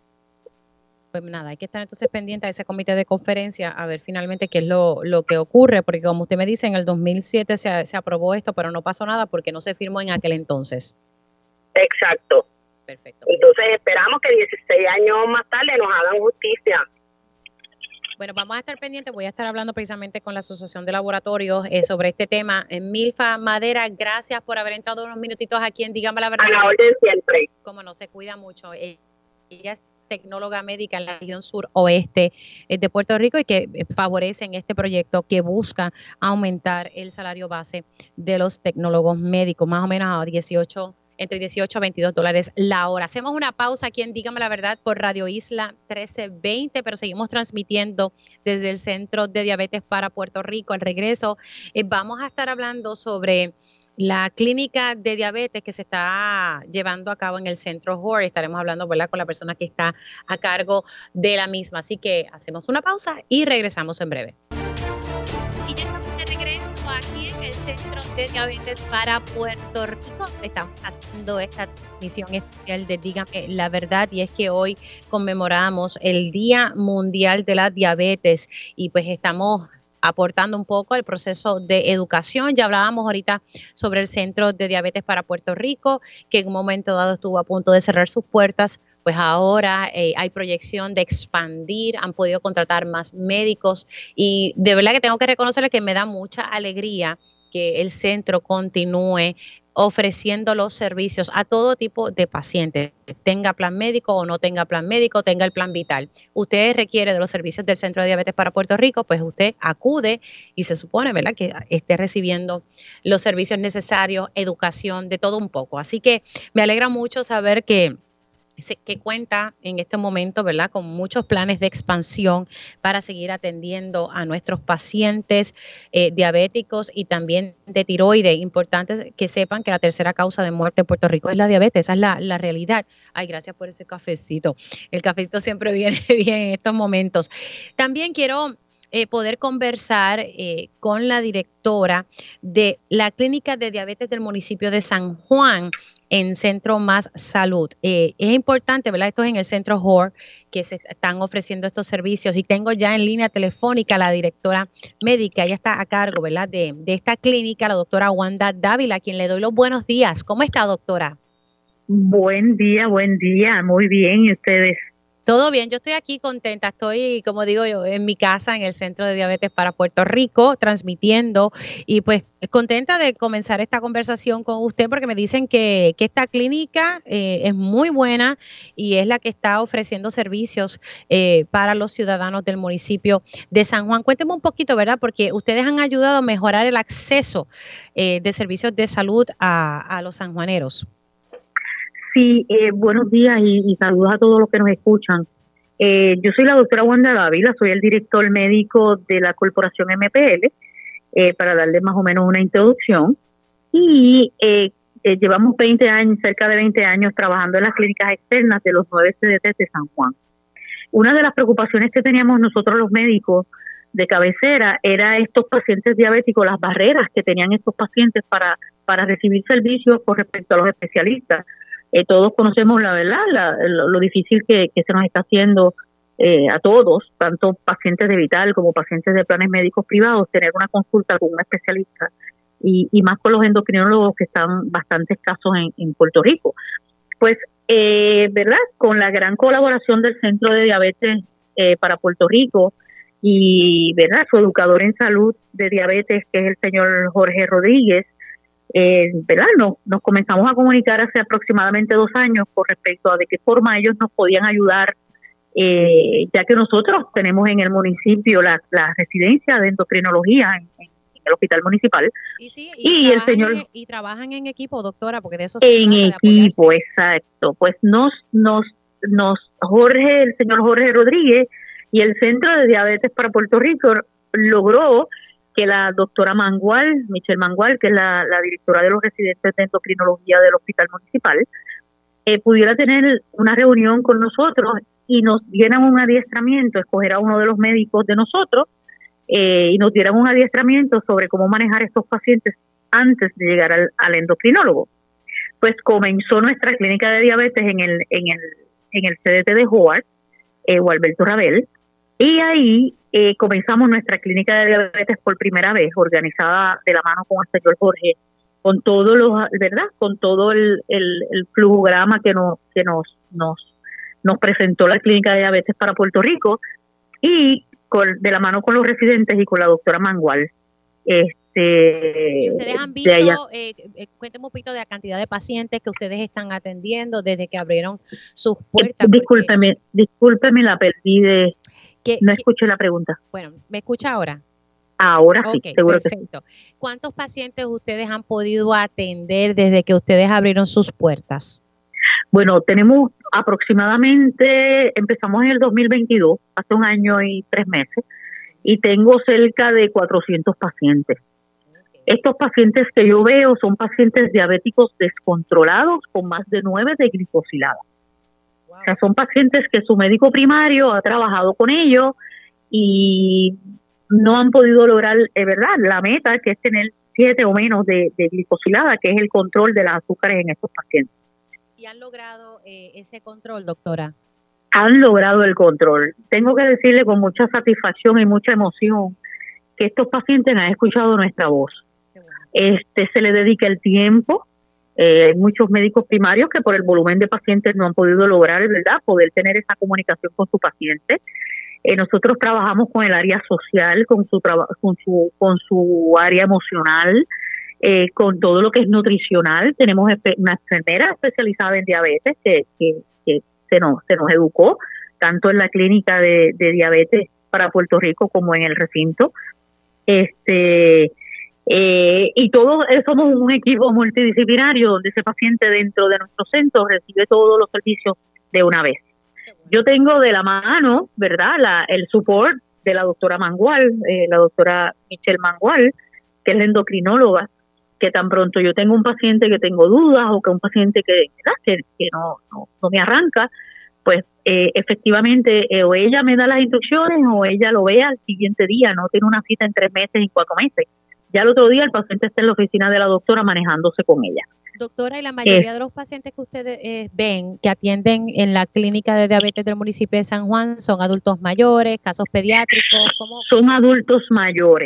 Pues nada, hay que estar entonces pendiente a ese comité de conferencia a ver finalmente qué es lo que ocurre, porque como usted me dice, en el 2007 se aprobó esto, pero no pasó nada porque no se firmó en aquel entonces. Exacto. Perfecto. Entonces esperamos que 16 años más tarde nos hagan justicia. Bueno, vamos a estar pendientes. Voy a estar hablando precisamente con la Asociación de Laboratorios sobre este tema. Milfa Madera, gracias por haber entrado unos minutitos aquí en Dígame la Verdad. A la orden siempre. Como no se cuida mucho. Ella es tecnóloga médica en la región suroeste de Puerto Rico y que favorece en este proyecto que busca aumentar el salario base de los tecnólogos médicos, más o menos a entre 18 a 22 dólares la hora. Hacemos una pausa aquí en Dígame la Verdad por Radio Isla 1320, pero seguimos transmitiendo desde el Centro de Diabetes para Puerto Rico. Al regreso vamos a estar hablando sobre la clínica de diabetes que se está llevando a cabo en el Centro HOR. Estaremos hablando, ¿verdad?, con la persona que está a cargo de la misma. Así que hacemos una pausa y regresamos en breve. Y ya estamos de regreso aquí en el Centro de Diabetes para Puerto Rico. Estamos haciendo esta transmisión especial de Dígame la Verdad, y es que hoy conmemoramos el Día Mundial de la Diabetes y pues estamos aportando un poco al proceso de educación. Ya hablábamos ahorita sobre el Centro de Diabetes para Puerto Rico, que en un momento dado estuvo a punto de cerrar sus puertas. Pues ahora hay proyección de expandir, han podido contratar más médicos y de verdad que tengo que reconocerle que me da mucha alegría que el centro continúe ofreciendo los servicios a todo tipo de pacientes, tenga plan médico o no tenga plan médico, tenga el plan vital. Usted requiere de los servicios del Centro de Diabetes para Puerto Rico, pues usted acude y se supone, ¿verdad?, que esté recibiendo los servicios necesarios, educación, de todo un poco. Así que me alegra mucho saber que cuenta en este momento, ¿verdad?, con muchos planes de expansión para seguir atendiendo a nuestros pacientes diabéticos y también de tiroides. Importante que sepan que la tercera causa de muerte en Puerto Rico es la diabetes. Esa es la realidad. Ay, gracias por ese cafecito. El cafecito siempre viene bien en estos momentos. También quiero poder conversar con la directora de la Clínica de Diabetes del municipio de San Juan en Centro Más Salud. Es importante, ¿verdad? Esto es en el Centro HOR que se están ofreciendo estos servicios y tengo ya en línea telefónica a la directora médica. Ella está a cargo, ¿verdad?, de esta clínica, la doctora Wanda Dávila, a quien le doy los buenos días. ¿Cómo está, doctora? Buen día, muy bien. ¿Y ustedes? Todo bien, yo estoy aquí contenta, estoy, como digo yo, en mi casa, en el Centro de Diabetes para Puerto Rico, transmitiendo y pues contenta de comenzar esta conversación con usted porque me dicen que esta clínica es muy buena y es la que está ofreciendo servicios para los ciudadanos del municipio de San Juan. Cuénteme un poquito, ¿verdad?, porque ustedes han ayudado a mejorar el acceso de servicios de salud a los sanjuaneros. Sí, buenos días y saludos a todos los que nos escuchan. Yo soy la doctora Wanda Dávila, soy el director médico de la corporación MPL, para darle más o menos una introducción. Y llevamos cerca de 20 años trabajando en las clínicas externas de los 9 CDTs de San Juan. Una de las preocupaciones que teníamos nosotros los médicos de cabecera era estos pacientes diabéticos, las barreras que tenían estos pacientes para recibir servicios con respecto a los especialistas. Todos conocemos la verdad, lo difícil que se nos está haciendo a todos, tanto pacientes de Vital como pacientes de planes médicos privados, tener una consulta con un especialista y más con los endocrinólogos que están bastante escasos en Puerto Rico. Pues, ¿verdad? Con la gran colaboración del Centro de Diabetes para Puerto Rico y, ¿verdad?, su educador en salud de diabetes, que es el señor Jorge Rodríguez, ¿verdad? Nos comenzamos a comunicar hace aproximadamente 2 años con respecto a de qué forma ellos nos podían ayudar, ya que nosotros tenemos en el municipio la residencia de endocrinología en el hospital municipal. Y trabajan en equipo, doctora, porque de eso se trata, en equipo, exacto. Pues el señor Jorge Rodríguez y el Centro de Diabetes para Puerto Rico logró que la doctora Michelle Mangual, que es la directora de los residentes de endocrinología del hospital municipal, pudiera tener una reunión con nosotros y nos dieran un adiestramiento, escoger a uno de los médicos de nosotros y nos dieran un adiestramiento sobre cómo manejar estos pacientes antes de llegar al endocrinólogo. Pues comenzó nuestra clínica de diabetes en el CDT de Howard, Gualberto Rabel, y ahí comenzamos nuestra clínica de diabetes por primera vez, organizada de la mano con el señor Jorge, con todo con todo el flujograma que nos presentó la clínica de diabetes para Puerto Rico, y de la mano con los residentes y con la doctora Mangual. ¿Y ustedes han visto, cuéntenme un poquito de la cantidad de pacientes que ustedes están atendiendo desde que abrieron sus puertas? Discúlpeme, la perdí no escuché la pregunta. Bueno, ¿me escucha ahora? Ahora sí, seguro perfecto. Que sí. ¿Cuántos pacientes ustedes han podido atender desde que ustedes abrieron sus puertas? Bueno, tenemos aproximadamente, empezamos en el 2022, hace 1 año y 3 meses, y tengo cerca de 400 pacientes. Estos pacientes que yo veo son pacientes diabéticos descontrolados con más de 9 de glicosilada. Wow. O sea, son pacientes que su médico primario ha trabajado con ellos y no han podido lograr, ¿verdad?, la meta, que es tener 7 o menos de glicosilada, que es el control de las azúcares en estos pacientes. ¿Y han logrado ese control, doctora? Han logrado el control. Tengo que decirle con mucha satisfacción y mucha emoción que estos pacientes han escuchado nuestra voz. Se le dedica el tiempo. Hay muchos médicos primarios que por el volumen de pacientes no han podido lograr, ¿verdad?, poder tener esa comunicación con su paciente. Nosotros trabajamos con el área social, con su área emocional, con todo lo que es nutricional. Tenemos una enfermera especializada en diabetes que se nos educó tanto en la clínica de diabetes para Puerto Rico como en el recinto. Y todos somos un equipo multidisciplinario donde ese paciente dentro de nuestro centro recibe todos los servicios de una vez. Yo tengo de la mano, ¿verdad?, el support de la doctora Mangual, la doctora Michelle Mangual, que es la endocrinóloga, que tan pronto yo tengo un paciente que tengo dudas o que un paciente que no me arranca, pues efectivamente o ella me da las instrucciones o ella lo ve al siguiente día, no tiene una cita en 3 meses y 4 meses. Ya el otro día el paciente está en la oficina de la doctora manejándose con ella. Doctora, ¿y la mayoría de los pacientes que ustedes ven que atienden en la clínica de diabetes del municipio de San Juan son adultos mayores, casos pediátricos? ¿Cómo? Son adultos mayores,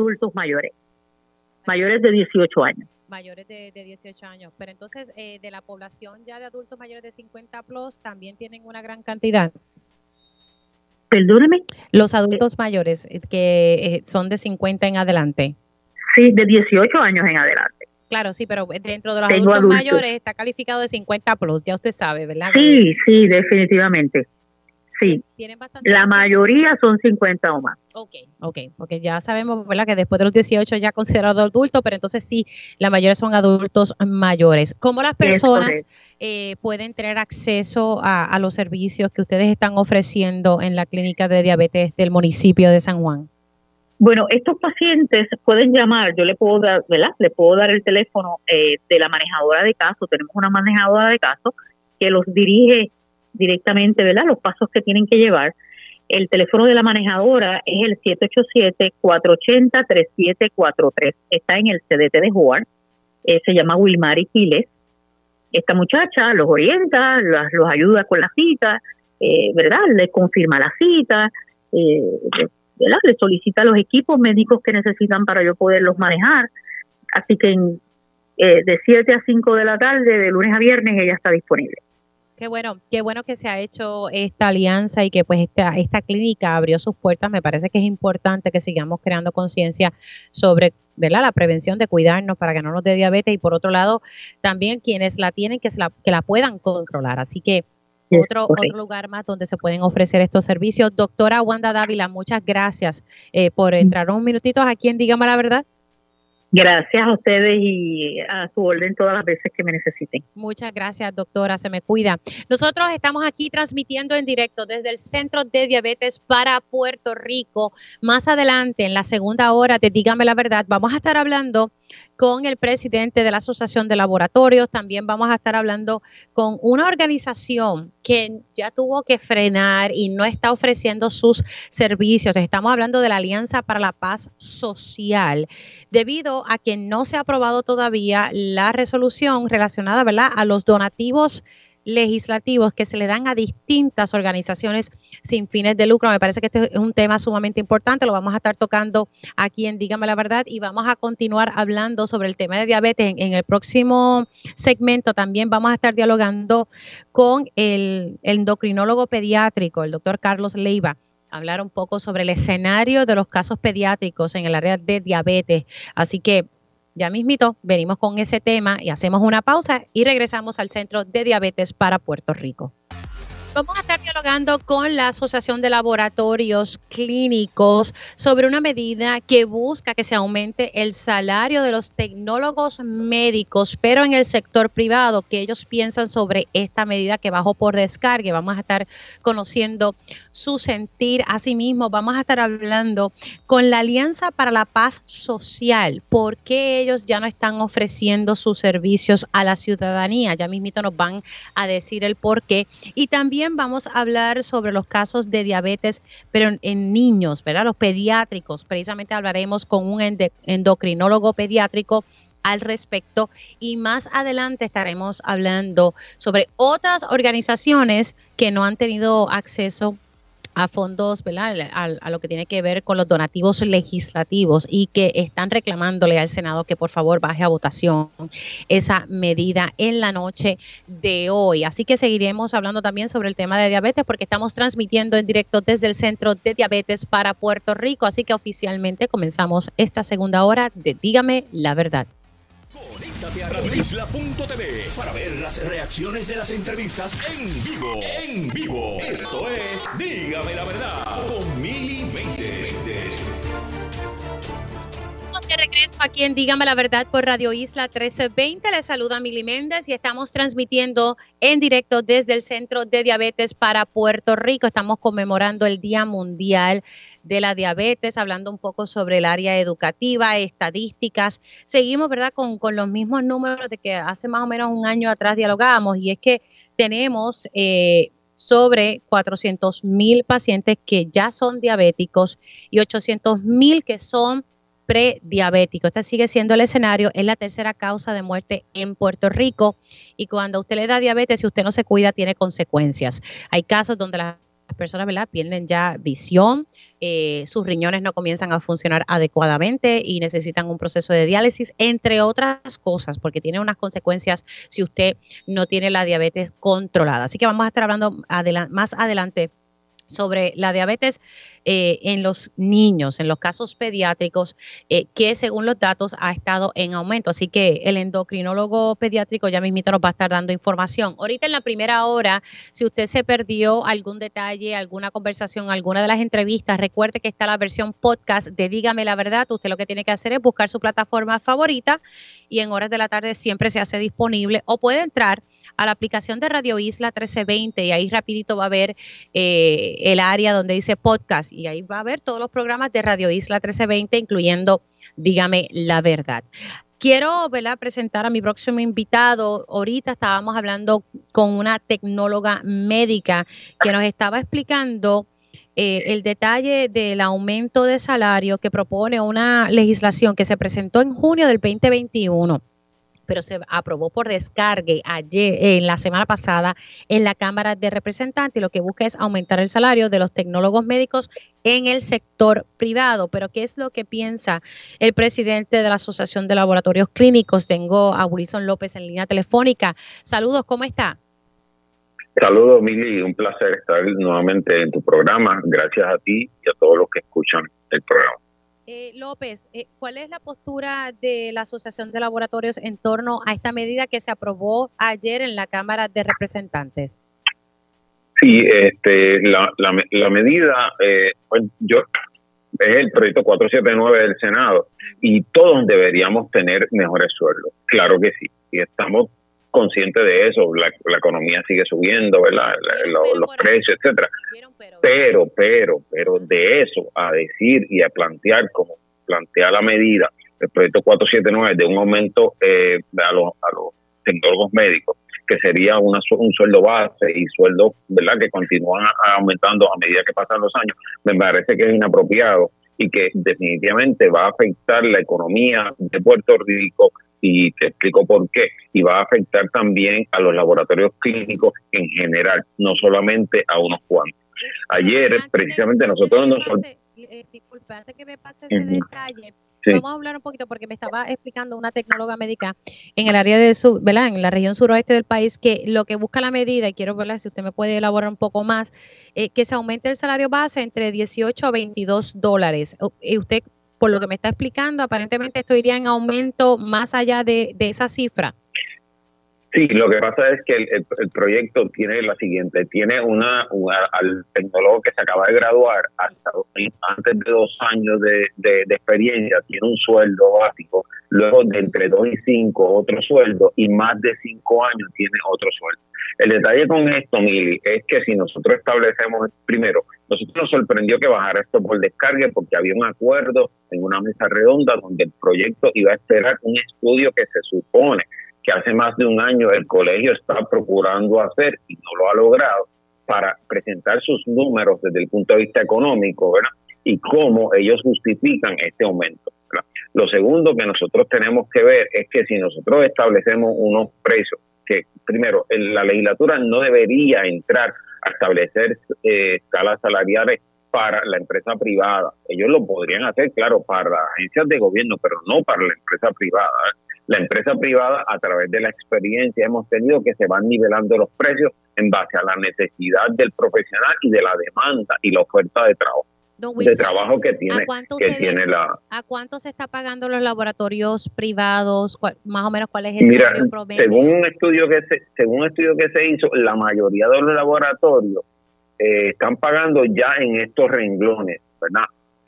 mayores de 18 años. Mayores de 18 años. Pero entonces, de la población ya de adultos mayores de 50 plus, también tienen una gran cantidad. Perdóneme. Los adultos mayores que son de 50 en adelante. Sí, de 18 años en adelante. Claro, sí, pero dentro de los adultos mayores está calificado de 50 plus, ya usted sabe, ¿verdad? Sí, definitivamente. Sí, la mayoría son 50 o más. Ok, porque ya sabemos, ¿verdad?, que después de los 18 ya considerado adulto, pero entonces sí, la mayoría son adultos mayores. ¿Cómo las personas pueden tener acceso a los servicios que ustedes están ofreciendo en la clínica de diabetes del municipio de San Juan? Bueno, estos pacientes pueden llamar, yo le puedo dar, ¿verdad?, le puedo dar el teléfono de la manejadora de casos. Tenemos una manejadora de casos que los dirige directamente, ¿verdad?, los pasos que tienen que llevar. El teléfono de la manejadora es el 787-480-3743. Está en el CDT de Howard. Se llama Wilmary Quiles. Esta muchacha los orienta, los ayuda con la cita, ¿verdad?, le confirma la cita, ¿verdad?, le solicita los equipos médicos que necesitan para yo poderlos manejar. Así que de 7 a 5 de la tarde, de lunes a viernes, ella está disponible. Qué bueno que se ha hecho esta alianza y que pues esta clínica abrió sus puertas. Me parece que es importante que sigamos creando conciencia sobre, ¿verdad?, la prevención de cuidarnos para que no nos dé diabetes, y por otro lado también quienes la tienen que la puedan controlar. Así que otro lugar más donde se pueden ofrecer estos servicios. Doctora Wanda Dávila, muchas gracias por entrar un minutito aquí en Dígame la Verdad. Gracias a ustedes y a su orden todas las veces que me necesiten. Muchas gracias, doctora, se me cuida. Nosotros estamos aquí transmitiendo en directo desde el Centro de Diabetes para Puerto Rico. Más adelante, en la segunda hora de Dígame la Verdad, vamos a estar hablando con el presidente de la Asociación de Laboratorios. También vamos a estar hablando con una organización que ya tuvo que frenar y no está ofreciendo sus servicios. Estamos hablando de la Alianza para la Paz Social, debido a que no se ha aprobado todavía la resolución relacionada, ¿verdad?, a los donativos legislativos que se le dan a distintas organizaciones sin fines de lucro. Me parece que este es un tema sumamente importante, lo vamos a estar tocando aquí en Dígame la Verdad y vamos a continuar hablando sobre el tema de diabetes. En el próximo segmento también vamos a estar dialogando con el endocrinólogo pediátrico, el doctor Carlos Leiva, hablar un poco sobre el escenario de los casos pediátricos en el área de diabetes. Así que ya mismito, venimos con ese tema y hacemos una pausa y regresamos al Centro de Diabetes para Puerto Rico. Vamos a estar dialogando con la Asociación de Laboratorios Clínicos sobre una medida que busca que se aumente el salario de los tecnólogos médicos, pero en el sector privado, que ellos piensan sobre esta medida que bajó por descargue. Vamos a estar conociendo su sentir. Asimismo, vamos a estar hablando con la Alianza para la Paz Social, por qué ellos ya no están ofreciendo sus servicios a la ciudadanía. Ya mismito nos van a decir el por qué. Y también vamos a hablar sobre los casos de diabetes, pero en niños, ¿verdad? Los pediátricos. Precisamente hablaremos con un endocrinólogo pediátrico al respecto y más adelante estaremos hablando sobre otras organizaciones que no han tenido acceso a fondos, ¿verdad?, a lo que tiene que ver con los donativos legislativos y que están reclamándole al Senado que por favor baje a votación esa medida en la noche de hoy. Así que seguiremos hablando también sobre el tema de diabetes porque estamos transmitiendo en directo desde el Centro de Diabetes para Puerto Rico. Así que oficialmente comenzamos esta segunda hora de Dígame la Verdad. Conéctate a radioisla.tv para ver las reacciones de las entrevistas en vivo. En vivo. Esto es Dígame la Verdad con Mili Méndez. De regreso aquí en Dígame la Verdad por Radio Isla 1320. Les saluda Mili Méndez y estamos transmitiendo en directo desde el Centro de Diabetes para Puerto Rico. Estamos conmemorando el Día Mundial de la Diabetes, hablando un poco sobre el área educativa, estadísticas. Seguimos, ¿verdad?, con los mismos números de que hace más o menos un año atrás dialogábamos, y es que tenemos sobre 400,000 pacientes que ya son diabéticos y 800,000 que son prediabético. Este sigue siendo el escenario, es la tercera causa de muerte en Puerto Rico y cuando usted le da diabetes, si usted no se cuida, tiene consecuencias. Hay casos donde las personas, ¿verdad?, pierden ya visión, sus riñones no comienzan a funcionar adecuadamente y necesitan un proceso de diálisis, entre otras cosas, porque tiene unas consecuencias si usted no tiene la diabetes controlada. Así que vamos a estar hablando más adelante sobre la diabetes en los niños, en los casos pediátricos, que según los datos ha estado en aumento. Así que el endocrinólogo pediátrico ya mismito nos va a estar dando información. Ahorita en la primera hora, si usted se perdió algún detalle, alguna conversación, alguna de las entrevistas, recuerde que está la versión podcast de Dígame la Verdad. Usted lo que tiene que hacer es buscar su plataforma favorita y en horas de la tarde siempre se hace disponible, o puede entrar a la aplicación de Radio Isla 1320 y ahí rapidito va a ver el área donde dice podcast y ahí va a ver todos los programas de Radio Isla 1320, incluyendo Dígame la Verdad. Quiero, ¿verdad?, presentar a mi próximo invitado. Ahorita estábamos hablando con una tecnóloga médica que nos estaba explicando el detalle del aumento de salario que propone una legislación que se presentó en junio del 2021. Pero se aprobó por descargue ayer, en la semana pasada, en la Cámara de Representantes, y lo que busca es aumentar el salario de los tecnólogos médicos en el sector privado. Pero ¿qué es lo que piensa el presidente de la Asociación de Laboratorios Clínicos? Tengo a Wilson López en línea telefónica. Saludos, ¿cómo está? Saludos, Mili, un placer estar nuevamente en tu programa. Gracias a ti y a todos los que escuchan el programa. López, ¿cuál es la postura de la Asociación de Laboratorios en torno a esta medida que se aprobó ayer en la Cámara de Representantes? Sí, la medida, es el proyecto 479 del Senado y todos deberíamos tener mejores sueldos. Claro que sí, y estamos conscientes de eso. La economía sigue subiendo, ¿verdad? Los precios, etcétera. Pero de eso a decir y a plantear como plantea la medida el proyecto 479, de un aumento a los tecnólogos médicos, que sería un sueldo base y sueldos, ¿verdad?, que continúan aumentando a medida que pasan los años, me parece que es inapropiado y que definitivamente va a afectar la economía de Puerto Rico, y te explico por qué, y va a afectar también a los laboratorios clínicos en general, no solamente a unos cuantos. Ayer, precisamente, nosotros nos... Disculpe, antes que me pase ese detalle, sí, vamos a hablar un poquito, porque me estaba explicando una tecnóloga médica en el área de sur, ¿verdad?, en la región suroeste del país, que lo que busca la medida, y quiero ver si usted me puede elaborar un poco más, que se aumente el salario base entre $18 a $22. Y usted, por lo que me está explicando, aparentemente esto iría en aumento más allá de esa cifra. Sí, lo que pasa es que el proyecto tiene la siguiente, tiene al tecnólogo que se acaba de graduar, hasta antes de 2 años de experiencia, tiene un sueldo básico, luego de entre 2 y 5 otro sueldo, y más de 5 años tiene otro sueldo. El detalle con esto, Mili, es que si nosotros establecemos, primero, nosotros nos sorprendió que bajara esto por descargue, porque había un acuerdo en una mesa redonda donde el proyecto iba a esperar un estudio que se supone que hace más de un año el colegio está procurando hacer y no lo ha logrado, para presentar sus números desde el punto de vista económico, ¿verdad?, y cómo ellos justifican este aumento, ¿verdad? Lo segundo que nosotros tenemos que ver es que si nosotros establecemos unos precios, que primero, la legislatura no debería entrar a establecer escalas salariales para la empresa privada. Ellos lo podrían hacer, claro, para las agencias de gobierno, pero no para la empresa privada, ¿eh? La empresa privada, a través de la experiencia, hemos tenido que se van nivelando los precios en base a la necesidad del profesional y de la demanda y la oferta de trabajo. Wilson, de trabajo que tiene la... ¿A cuánto se está pagando los laboratorios privados? Más o menos, ¿cuál es el salario promedio? Según un estudio que se hizo, la mayoría de los laboratorios están pagando ya en estos renglones, ¿verdad?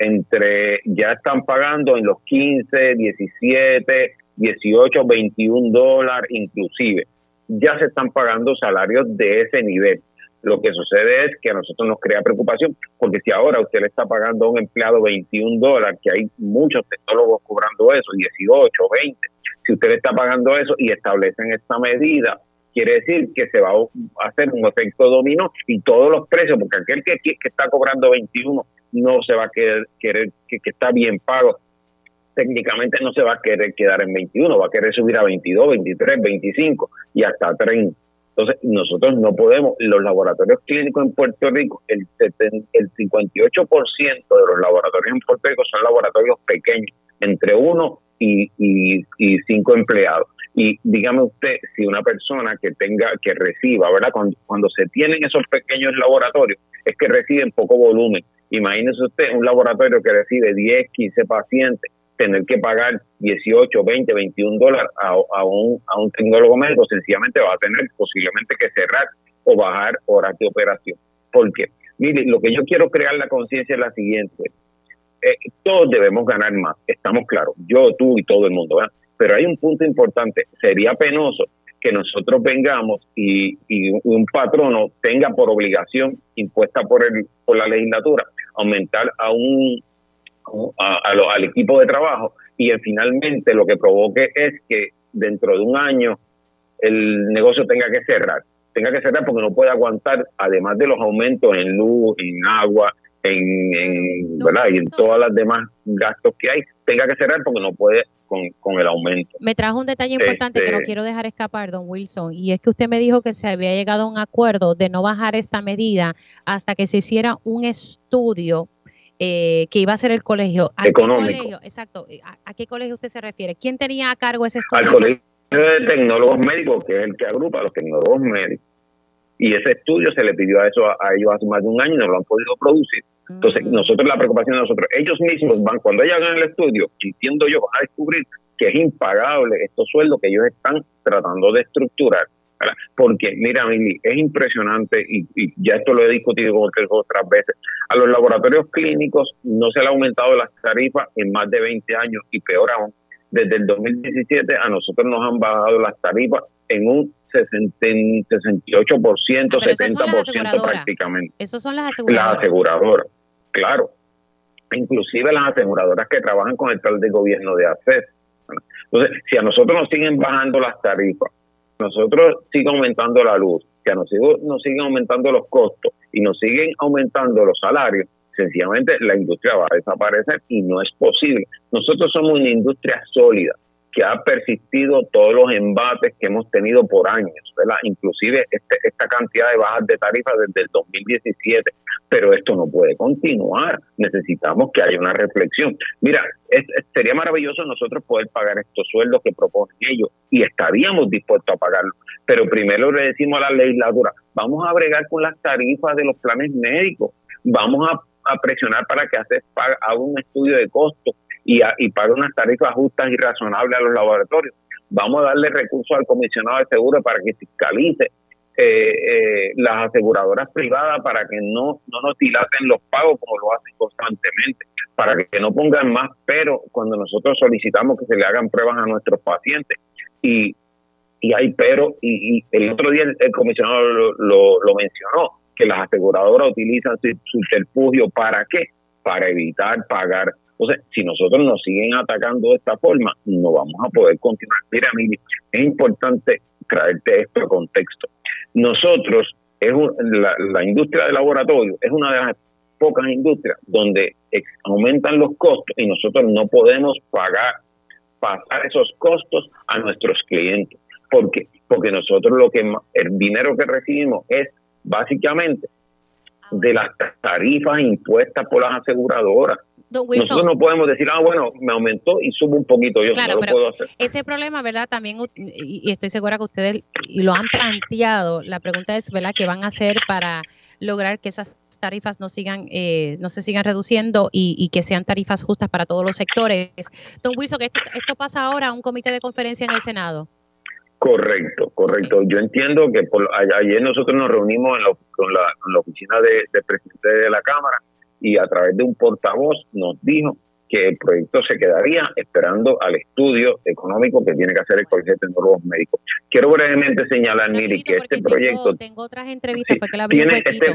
Ya están pagando en los 15, 17, 18, $21 inclusive. Ya se están pagando salarios de ese nivel. Lo que sucede es que a nosotros nos crea preocupación, porque si ahora usted le está pagando a un empleado $21, que hay muchos tecnólogos cobrando eso, 18, 20, si usted le está pagando eso y establecen esta medida, quiere decir que se va a hacer un efecto dominó y todos los precios, porque aquel que está cobrando 21 no se va a querer que está bien pago, técnicamente no se va a querer quedar en 21, va a querer subir a 22, 23, 25 y hasta 30. Entonces, nosotros no podemos, los laboratorios clínicos en Puerto Rico, el 58% de los laboratorios en Puerto Rico son laboratorios pequeños, entre 1 y 5 empleados. Y dígame usted, si una persona que reciba, ¿verdad? Cuando se tienen esos pequeños laboratorios, es que reciben poco volumen. Imagínese usted un laboratorio que recibe 10, 15 pacientes, tener que pagar 18, 20, $21 a un tecnólogo médico, sencillamente va a tener posiblemente que cerrar o bajar horas de operación. Porque, mire, lo que yo quiero crear la conciencia es la siguiente. Todos debemos ganar más, estamos claros, yo, tú y todo el mundo, ¿verdad? Pero hay un punto importante, sería penoso que nosotros vengamos y un patrono tenga por obligación impuesta por la legislatura aumentar al equipo de trabajo y finalmente lo que provoque es que dentro de un año el negocio tenga que cerrar porque no puede aguantar, además de los aumentos en luz, en agua, ¿verdad? Y en todas las demás gastos que hay, tenga que cerrar porque no puede con el aumento. Me trajo un detalle importante que no quiero dejar escapar, don Wilson, y es que usted me dijo que se había llegado a un acuerdo de no bajar esta medida hasta que se hiciera un estudio que iba a hacer el colegio. ¿A económico? Qué colegio? Exacto. ¿A qué colegio usted se refiere? ¿Quién tenía a cargo ese estudio? Al colegio de tecnólogos médicos, que es el que agrupa a los tecnólogos médicos. Y ese estudio se le pidió a ellos hace más de un año y no lo han podido producir. Entonces, la preocupación de nosotros, ellos mismos cuando ellos hagan el estudio, entiendo yo, van a descubrir que es impagable estos sueldos que ellos están tratando de estructurar, ¿verdad? Porque, mira, Mili, es impresionante, y ya esto lo he discutido con ustedes otras veces, a los laboratorios clínicos no se le ha aumentado las tarifas en más de 20 años, y peor aún, desde el 2017 a nosotros nos han bajado las tarifas en un 68%, 70% prácticamente. Esos son las aseguradoras. Las aseguradoras, claro. inclusive las aseguradoras que trabajan con el plan de gobierno de ACES. Entonces, si a nosotros nos siguen bajando las tarifas, nosotros sigue aumentando la luz, si a nosotros nos siguen aumentando los costos y nos siguen aumentando los salarios, sencillamente la industria va a desaparecer y no es posible. Nosotros somos una industria sólida que ha persistido todos los embates que hemos tenido por años, ¿verdad? Inclusive esta cantidad de bajas de tarifas desde el 2017, pero esto no puede continuar. Necesitamos que haya una reflexión. Mira, sería maravilloso nosotros poder pagar estos sueldos que proponen ellos y estaríamos dispuestos a pagarlo, pero primero le decimos a la legislatura, vamos a bregar con las tarifas de los planes médicos, vamos a presionar para que haga un estudio de costos y pague unas tarifas justas y razonables a los laboratorios. Vamos a darle recursos al comisionado de seguros para que fiscalice las aseguradoras privadas para que no nos dilaten los pagos como lo hacen constantemente, para que no pongan más pero cuando nosotros solicitamos que se le hagan pruebas a nuestros pacientes y hay pero y el otro día el comisionado lo mencionó, que las aseguradoras utilizan su subterfugio. ¿Para qué? Para evitar pagar. Entonces, si nosotros nos siguen atacando de esta forma, no vamos a poder continuar. Mira, Mili, es importante traerte esto a contexto. Nosotros, la industria de laboratorio es una de las pocas industrias donde aumentan los costos y nosotros no podemos pasar esos costos a nuestros clientes. ¿Por qué? Porque nosotros el dinero que recibimos es básicamente de las tarifas impuestas por las aseguradoras. Nosotros no podemos decir, bueno, me aumentó y subo un poquito, yo claro, no lo puedo hacer. Ese problema, ¿verdad? También, y estoy segura que ustedes lo han planteado, la pregunta es, ¿verdad?, ¿qué van a hacer para lograr que esas tarifas no se sigan reduciendo y que sean tarifas justas para todos los sectores? Don Wilson, que esto pasa ahora a un comité de conferencia en el Senado. Correcto. Yo entiendo que ayer nosotros nos reunimos con la oficina del presidente de la Cámara y a través de un portavoz nos dijo que el proyecto se quedaría esperando al estudio económico que tiene que hacer el Colegio de Tecnólogos Médicos. Quiero brevemente señalar, Miri, que este proyecto... Tengo otras entrevistas, fue que la abrí un poquito.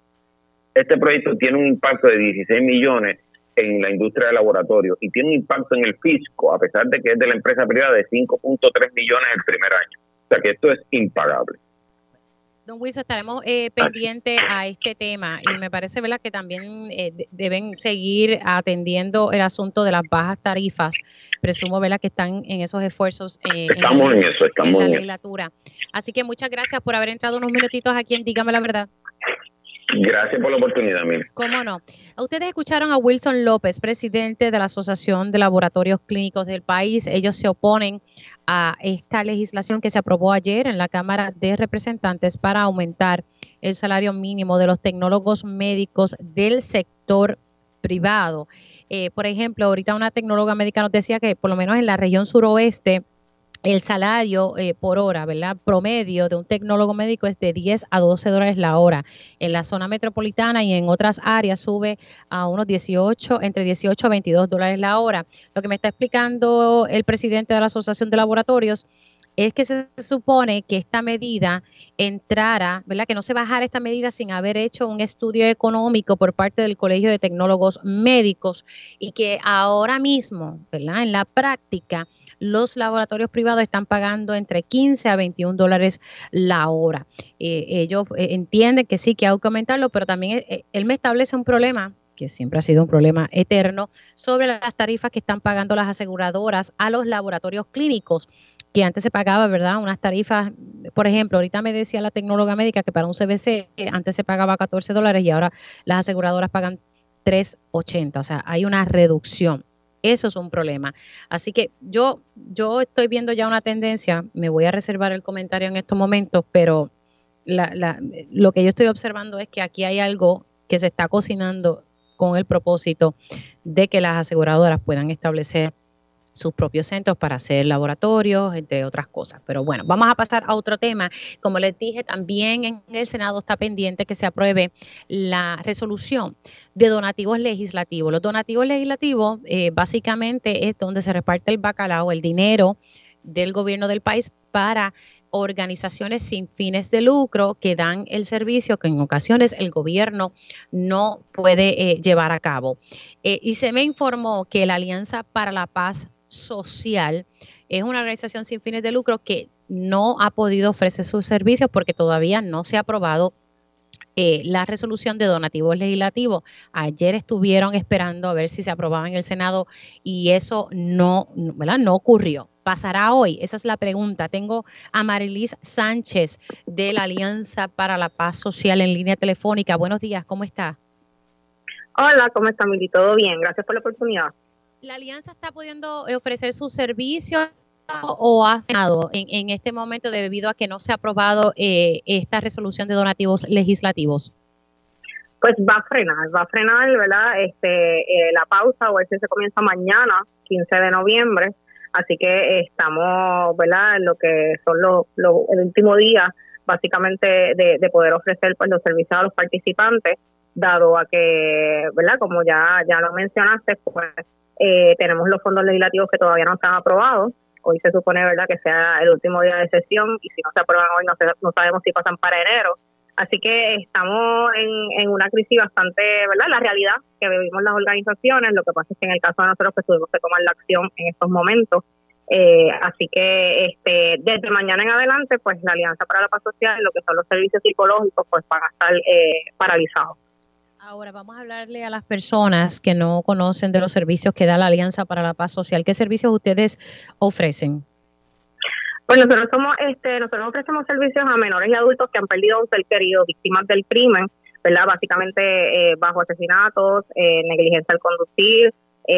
Este proyecto tiene un impacto de 16 millones en la industria de laboratorio y tiene un impacto en el fisco, a pesar de que es de la empresa privada, de 5.3 millones el primer año. O sea que esto es impagable. Don Wilson, estaremos pendientes a este tema y me parece, ¿verdad?, que también deben seguir atendiendo el asunto de las bajas tarifas. Presumo, ¿verdad?, que están en esos esfuerzos estamos en la legislatura. Así que muchas gracias por haber entrado unos minutitos aquí en Dígame la Verdad. Gracias por la oportunidad, Mil. ¿Cómo no? Ustedes escucharon a Wilson López, presidente de la Asociación de Laboratorios Clínicos del país. Ellos se oponen a esta legislación que se aprobó ayer en la Cámara de Representantes para aumentar el salario mínimo de los tecnólogos médicos del sector privado. Por ejemplo, ahorita una tecnóloga médica nos decía que por lo menos en la región suroeste el salario por hora, ¿verdad?, promedio de un tecnólogo médico es de 10 a 12 dólares la hora. En la zona metropolitana y en otras áreas sube a unos entre 18 a 22 dólares la hora. Lo que me está explicando el presidente de la Asociación de Laboratorios es que se supone que esta medida entrara, ¿verdad?, que no se bajara esta medida sin haber hecho un estudio económico por parte del Colegio de Tecnólogos Médicos y que ahora mismo, ¿verdad?, en la práctica, los laboratorios privados están pagando entre 15 a 21 dólares la hora. Ellos entienden que sí, que hay que aumentarlo, pero también él me establece un problema, que siempre ha sido un problema eterno, sobre las tarifas que están pagando las aseguradoras a los laboratorios clínicos, que antes se pagaba, ¿verdad?, unas tarifas, por ejemplo, ahorita me decía la tecnóloga médica que para un CBC antes se pagaba 14 dólares y ahora las aseguradoras pagan 3.80, o sea, hay una reducción. Eso es un problema. Así que yo estoy viendo ya una tendencia, me voy a reservar el comentario en estos momentos, pero lo que yo estoy observando es que aquí hay algo que se está cocinando con el propósito de que las aseguradoras puedan establecer sus propios centros para hacer laboratorios, entre otras cosas. Pero bueno, vamos a pasar a otro tema. Como les dije, también en el Senado está pendiente que se apruebe la resolución de donativos legislativos. Los donativos legislativos básicamente es donde se reparte el bacalao, el dinero del gobierno del país para organizaciones sin fines de lucro que dan el servicio que en ocasiones el gobierno no puede llevar a cabo. Y se me informó que la Alianza para la Paz Social es una organización sin fines de lucro que no ha podido ofrecer sus servicios porque todavía no se ha aprobado la resolución de donativos legislativos. Ayer estuvieron esperando a ver si se aprobaba en el Senado y eso ¿verdad? No ocurrió. ¿Pasará hoy? Esa es la pregunta. Tengo a Marilis Sánchez de la Alianza para la Paz Social en línea telefónica. Buenos días, ¿cómo está? Hola, ¿cómo está, Mili? ¿Todo bien? Gracias por la oportunidad. ¿La Alianza está pudiendo ofrecer sus servicios o ha frenado en este momento debido a que no se ha aprobado esta resolución de donativos legislativos? Pues va a frenar, ¿verdad? La pausa o se comienza mañana, 15 de noviembre, así que estamos, ¿verdad? En lo que son el último día, básicamente, de poder ofrecer pues los servicios a los participantes, dado a que, ¿verdad? Como ya lo mencionaste, pues tenemos los fondos legislativos que todavía no están aprobados. Hoy se supone, ¿verdad?, que sea el último día de sesión y si no se aprueban hoy no sabemos si pasan para enero. Así que estamos en una crisis bastante, ¿verdad?, la realidad que vivimos las organizaciones. Lo que pasa es que en el caso de nosotros pues tuvimos que tomar la acción en estos momentos. Así que desde mañana en adelante pues la Alianza para la Paz Social, lo que son los servicios psicológicos, pues van a estar paralizados. Ahora vamos a hablarle a las personas que no conocen de los servicios que da la Alianza para la Paz Social. ¿Qué servicios ustedes ofrecen? Pues nosotros ofrecemos servicios a menores y adultos que han perdido un ser querido, víctimas del crimen, ¿verdad? Básicamente bajo asesinatos, negligencia al conducir,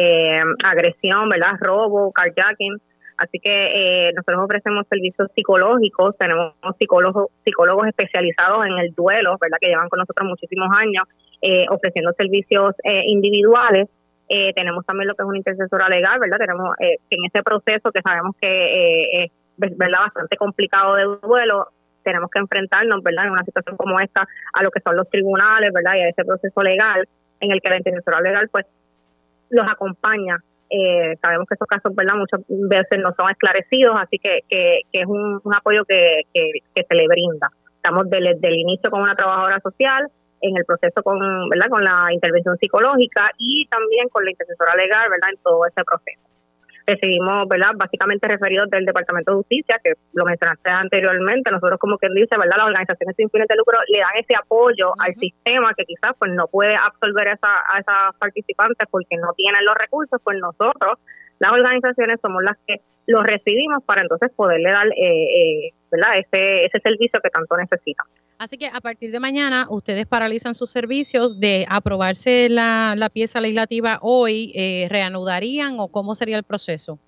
agresión, ¿verdad? Robo, carjacking. Así que nosotros ofrecemos servicios psicológicos, tenemos psicólogos especializados en el duelo, ¿verdad? Que llevan con nosotros muchísimos años ofreciendo servicios individuales. Tenemos también lo que es una intercesora legal, ¿verdad? Tenemos en ese proceso que sabemos que es, ¿verdad?, bastante complicado de duelo, tenemos que enfrentarnos, ¿verdad?, en una situación como esta a lo que son los tribunales, ¿verdad?, y a ese proceso legal en el que la intercesora legal pues los acompaña. Sabemos que esos casos, ¿verdad?, muchas veces no son esclarecidos, así que es un apoyo que se le brinda. Estamos desde el inicio con una trabajadora social, en el proceso con la intervención psicológica y también con la intercesora legal, ¿verdad?, en todo ese proceso. Recibimos, ¿verdad?, básicamente referidos del Departamento de Justicia, que lo mencionaste anteriormente. Nosotros, como quien dice, ¿verdad?, las organizaciones sin fines de lucro le dan ese apoyo al sistema que quizás pues no puede absorber a esas participantes porque no tienen los recursos. Pues nosotros, las organizaciones, somos las que los recibimos para entonces poderle dar ¿verdad?, ese servicio que tanto necesitan. Así que a partir de mañana ustedes paralizan sus servicios. De aprobarse la pieza legislativa hoy, ¿reanudarían o cómo sería el proceso?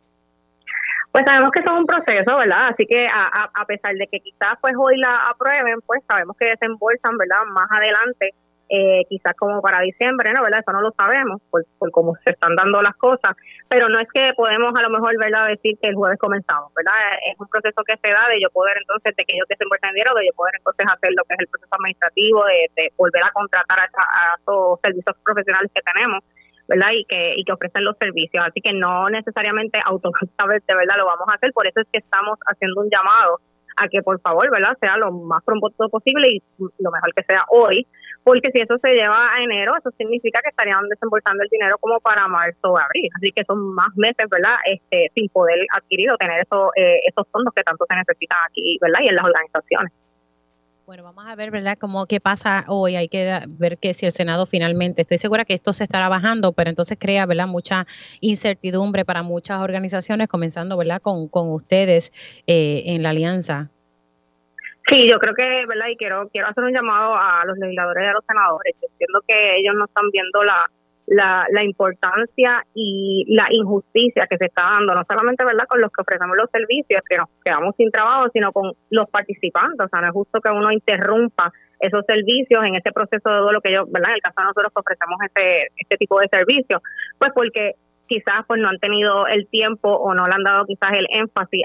Pues sabemos que eso es un proceso, ¿verdad? Así que a pesar de que quizás pues hoy la aprueben, pues sabemos que desembolsan, ¿verdad?, más adelante, quizás como para diciembre, ¿no? ¿Verdad? Eso no lo sabemos por cómo se están dando las cosas, pero no es que podemos a lo mejor, ¿verdad?, decir que el jueves comenzamos, ¿verdad? Es un proceso que se da de yo poder entonces, de que ellos desembolsen dinero, de yo poder entonces hacer lo que es el proceso administrativo, de volver a contratar a esos servicios profesionales que tenemos, ¿verdad? Y que ofrecen los servicios. Así que no necesariamente automáticamente, ¿verdad?, lo vamos a hacer. Por eso es que estamos haciendo un llamado a que por favor, ¿verdad?, sea lo más pronto posible y lo mejor que sea hoy, porque si eso se lleva a enero, eso significa que estarían desembolsando el dinero como para marzo o abril, así que son más meses, ¿verdad?, sin poder adquirir o tener esos fondos que tanto se necesitan aquí, ¿verdad?, y en las organizaciones. Bueno, vamos a ver, ¿verdad?, cómo qué pasa hoy. Hay que ver que si el Senado finalmente, estoy segura que esto se estará bajando, pero entonces crea, ¿verdad?, mucha incertidumbre para muchas organizaciones, comenzando, ¿verdad?, con ustedes en la alianza. Sí, yo creo que, ¿verdad?, y quiero hacer un llamado a los legisladores y a los senadores. Yo entiendo que ellos no están viendo la importancia y la injusticia que se está dando, no solamente, ¿verdad?, con los que ofrecemos los servicios, que nos quedamos sin trabajo, sino con los participantes. O sea, no es justo que uno interrumpa esos servicios en ese proceso de duelo que yo, ¿verdad?, en el caso de nosotros que ofrecemos este tipo de servicios, pues porque quizás pues no han tenido el tiempo o no le han dado quizás el énfasis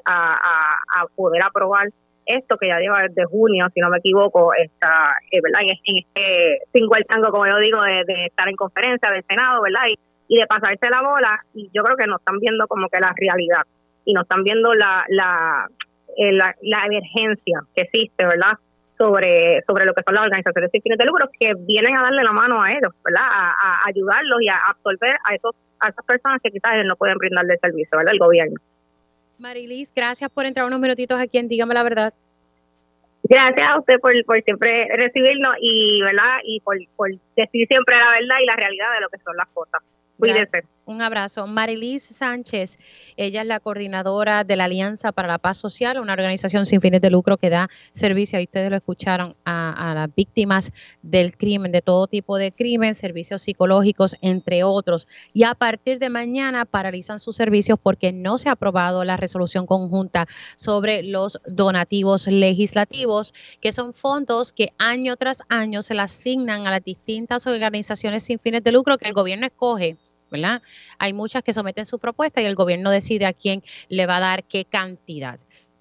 a poder aprobar esto que ya lleva desde junio, si no me equivoco, está, ¿verdad?, en este cinco al tango, como yo digo, de estar en conferencia del Senado, ¿verdad?, y de pasarse la bola. Y yo creo que no están viendo como que la realidad y no están viendo la emergencia que existe, ¿verdad? Sobre lo que son las organizaciones sin fines de lucro, que vienen a darle la mano a ellos, ¿verdad? A ayudarlos y a absorber a esas personas que quizás no pueden brindarle servicio, ¿verdad? El gobierno. Marilis, gracias por entrar unos minutitos aquí en Dígame la Verdad. Gracias a usted por siempre recibirnos y, ¿verdad? Y por decir siempre la verdad y la realidad de lo que son las cosas. Cuídense. Un abrazo. Marilis Sánchez, ella es la coordinadora de la Alianza para la Paz Social, una organización sin fines de lucro que da servicio, y ustedes lo escucharon, a las víctimas del crimen, de todo tipo de crimen, servicios psicológicos, entre otros. Y a partir de mañana paralizan sus servicios porque no se ha aprobado la resolución conjunta sobre los donativos legislativos, que son fondos que año tras año se le asignan a las distintas organizaciones sin fines de lucro que el gobierno escoge, ¿verdad? Hay muchas que someten su propuesta y el gobierno decide a quién le va a dar qué cantidad.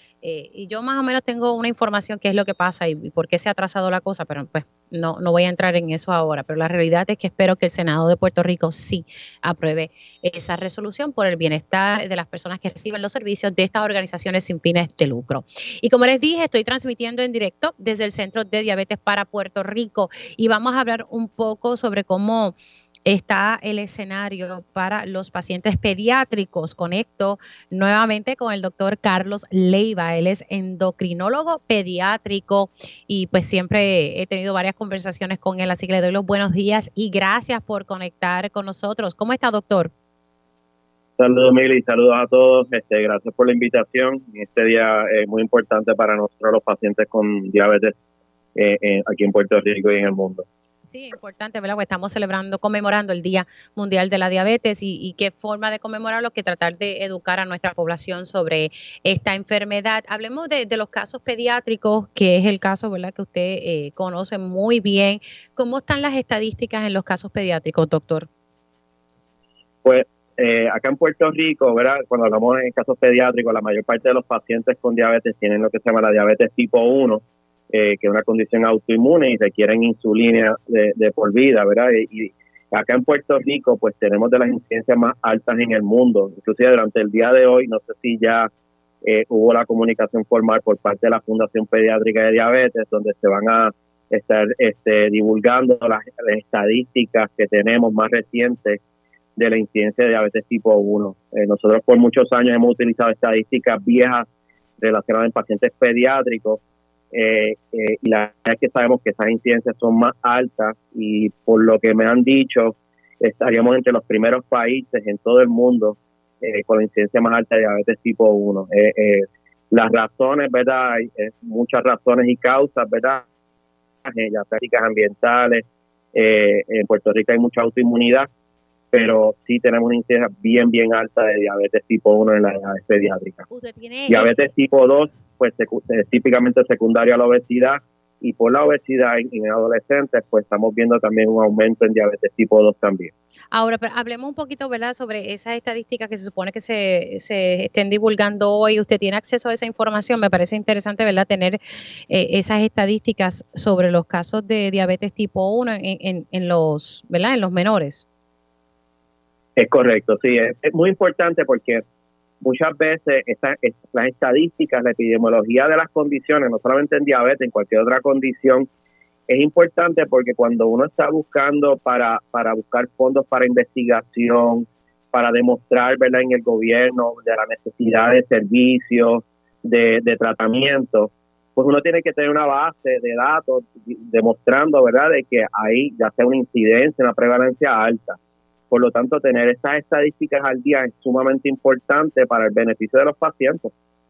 Y yo más o menos tengo una información qué es lo que pasa y por qué se ha atrasado la cosa, pero pues no voy a entrar en eso ahora. Pero la realidad es que espero que el Senado de Puerto Rico sí apruebe esa resolución por el bienestar de las personas que reciben los servicios de estas organizaciones sin fines de lucro. Y como les dije, estoy transmitiendo en directo desde el Centro de Diabetes para Puerto Rico y vamos a hablar un poco sobre cómo está el escenario para los pacientes pediátricos. Conecto nuevamente con el doctor Carlos Leiva. Él es endocrinólogo pediátrico y pues siempre he tenido varias conversaciones con él, así que le doy los buenos días y gracias por conectar con nosotros. ¿Cómo está, doctor? Saludos, Mili, saludos a todos. Gracias por la invitación. Este día es muy importante para nosotros los pacientes con diabetes aquí en Puerto Rico y en el mundo. Sí, importante, ¿verdad? Pues estamos conmemorando el Día Mundial de la Diabetes y qué forma de conmemorarlo que tratar de educar a nuestra población sobre esta enfermedad. Hablemos de los casos pediátricos, que es el caso, ¿verdad?, que usted conoce muy bien. ¿Cómo están las estadísticas en los casos pediátricos, doctor? Pues acá en Puerto Rico, ¿verdad?, cuando hablamos en casos pediátricos, la mayor parte de los pacientes con diabetes tienen lo que se llama la diabetes tipo 1, que es una condición autoinmune y requieren insulina de por vida, ¿verdad? Y acá en Puerto Rico, pues tenemos de las incidencias más altas en el mundo. Inclusive durante el día de hoy, no sé si ya hubo la comunicación formal por parte de la Fundación Pediátrica de Diabetes, donde se van a estar divulgando las estadísticas que tenemos más recientes de la incidencia de diabetes tipo 1. Nosotros por muchos años hemos utilizado estadísticas viejas relacionadas en pacientes pediátricos, y la verdad es que sabemos que esas incidencias son más altas y por lo que me han dicho estaríamos entre los primeros países en todo el mundo con la incidencia más alta de diabetes tipo 1. Las razones, ¿verdad? Hay muchas razones y causas, ¿verdad? Las prácticas ambientales, en Puerto Rico hay mucha autoinmunidad, pero sí tenemos una incidencia bien alta de diabetes tipo 1 en la edad pediátrica. Diabetes tipo 2, pues es típicamente secundaria a la obesidad, y por la obesidad en adolescentes, pues estamos viendo también un aumento en diabetes tipo 2 también. Ahora, pero hablemos un poquito, ¿verdad?, sobre esas estadísticas que se supone que se estén divulgando hoy. ¿Usted tiene acceso a esa información? Me parece interesante, ¿verdad?, tener esas estadísticas sobre los casos de diabetes tipo 1 en los, ¿verdad?, en los menores. Es correcto, sí, es muy importante porque muchas veces las estadísticas, la epidemiología de las condiciones, no solamente en diabetes, en cualquier otra condición, es importante porque cuando uno está buscando para buscar fondos para investigación, para demostrar, ¿verdad?, en el gobierno de la necesidad de servicios, de tratamiento, pues uno tiene que tener una base de datos demostrando, ¿verdad?, de que hay ya sea una incidencia, una prevalencia alta. Por lo tanto, tener estas estadísticas al día es sumamente importante para el beneficio de los pacientes.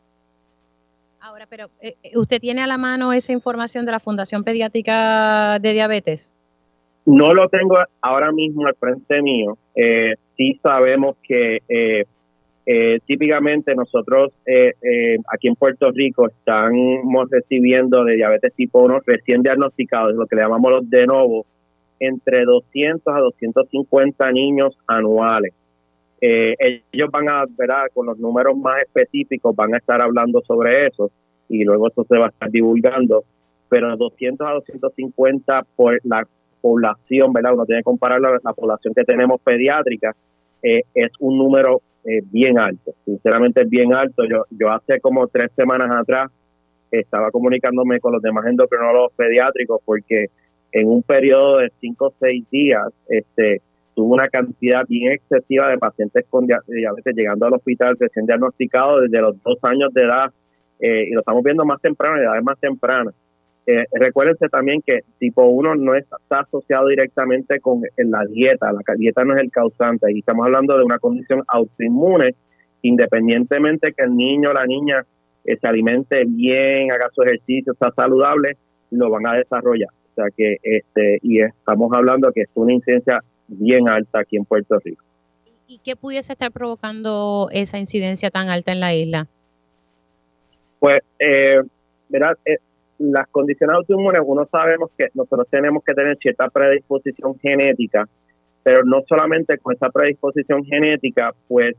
Ahora, pero ¿usted tiene a la mano esa información de la Fundación Pediátrica de Diabetes? No lo tengo ahora mismo al frente mío. Sí sabemos que típicamente nosotros aquí en Puerto Rico estamos recibiendo de diabetes tipo 1 recién diagnosticados, lo que le llamamos los de novo, entre 200 a 250 niños anuales. Ellos van a, ¿verdad?, con los números más específicos, van a estar hablando sobre eso y luego eso se va a estar divulgando. Pero 200 a 250 por la población, ¿verdad? Uno tiene que comparar la población que tenemos pediátrica, es un número bien alto, sinceramente es bien alto. Yo hace como 3 semanas atrás estaba comunicándome con los demás endocrinólogos pediátricos porque en un periodo de 5 o 6 días tuvo una cantidad bien excesiva de pacientes con diabetes llegando al hospital recién diagnosticados desde los 2 años de edad, y lo estamos viendo más temprano, en edades más tempranas. Recuérdense también que tipo 1 no está asociado directamente con la dieta no es el causante, y estamos hablando de una condición autoinmune, independientemente que el niño o la niña se alimente bien, haga su ejercicio, está saludable, lo van a desarrollar. O sea que y estamos hablando que es una incidencia bien alta aquí en Puerto Rico. ¿Y qué pudiese estar provocando esa incidencia tan alta en la isla? Pues, ¿verdad? Las condiciones autoinmunes, uno sabemos que nosotros tenemos que tener cierta predisposición genética, pero no solamente con esa predisposición genética, pues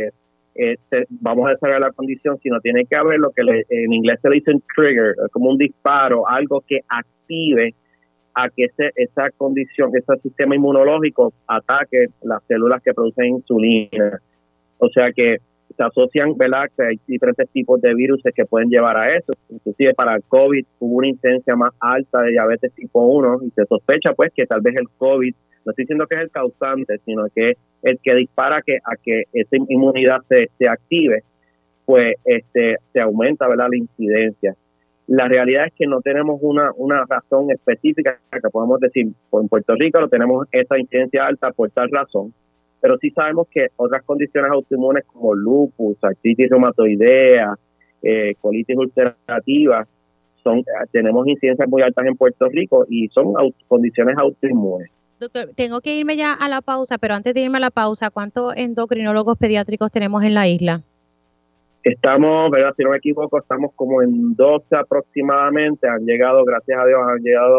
vamos a desarrollar la condición, sino tiene que haber lo que en inglés se le dice un trigger, como un disparo, algo que active a que esa condición, ese sistema inmunológico ataque las células que producen insulina. O sea que se asocian, ¿verdad?, que hay diferentes tipos de virus que pueden llevar a eso. Inclusive para el COVID hubo una incidencia más alta de diabetes tipo 1 y se sospecha pues que tal vez el COVID, no estoy diciendo que es el causante, sino que el que dispara a que esa inmunidad se active, pues se aumenta, ¿verdad?, la incidencia. La realidad es que no tenemos una razón específica que podemos decir, en Puerto Rico no tenemos esa incidencia alta por tal razón, pero sí sabemos que otras condiciones autoinmunes como lupus, artritis reumatoidea, colitis ulcerativa, tenemos incidencias muy altas en Puerto Rico y son condiciones autoinmunes. Doctor, tengo que irme ya a la pausa, pero antes de irme a la pausa, ¿cuántos endocrinólogos pediátricos tenemos en la isla? Estamos, ¿verdad?, si no me equivoco, estamos como en 12 aproximadamente. Han llegado, gracias a Dios,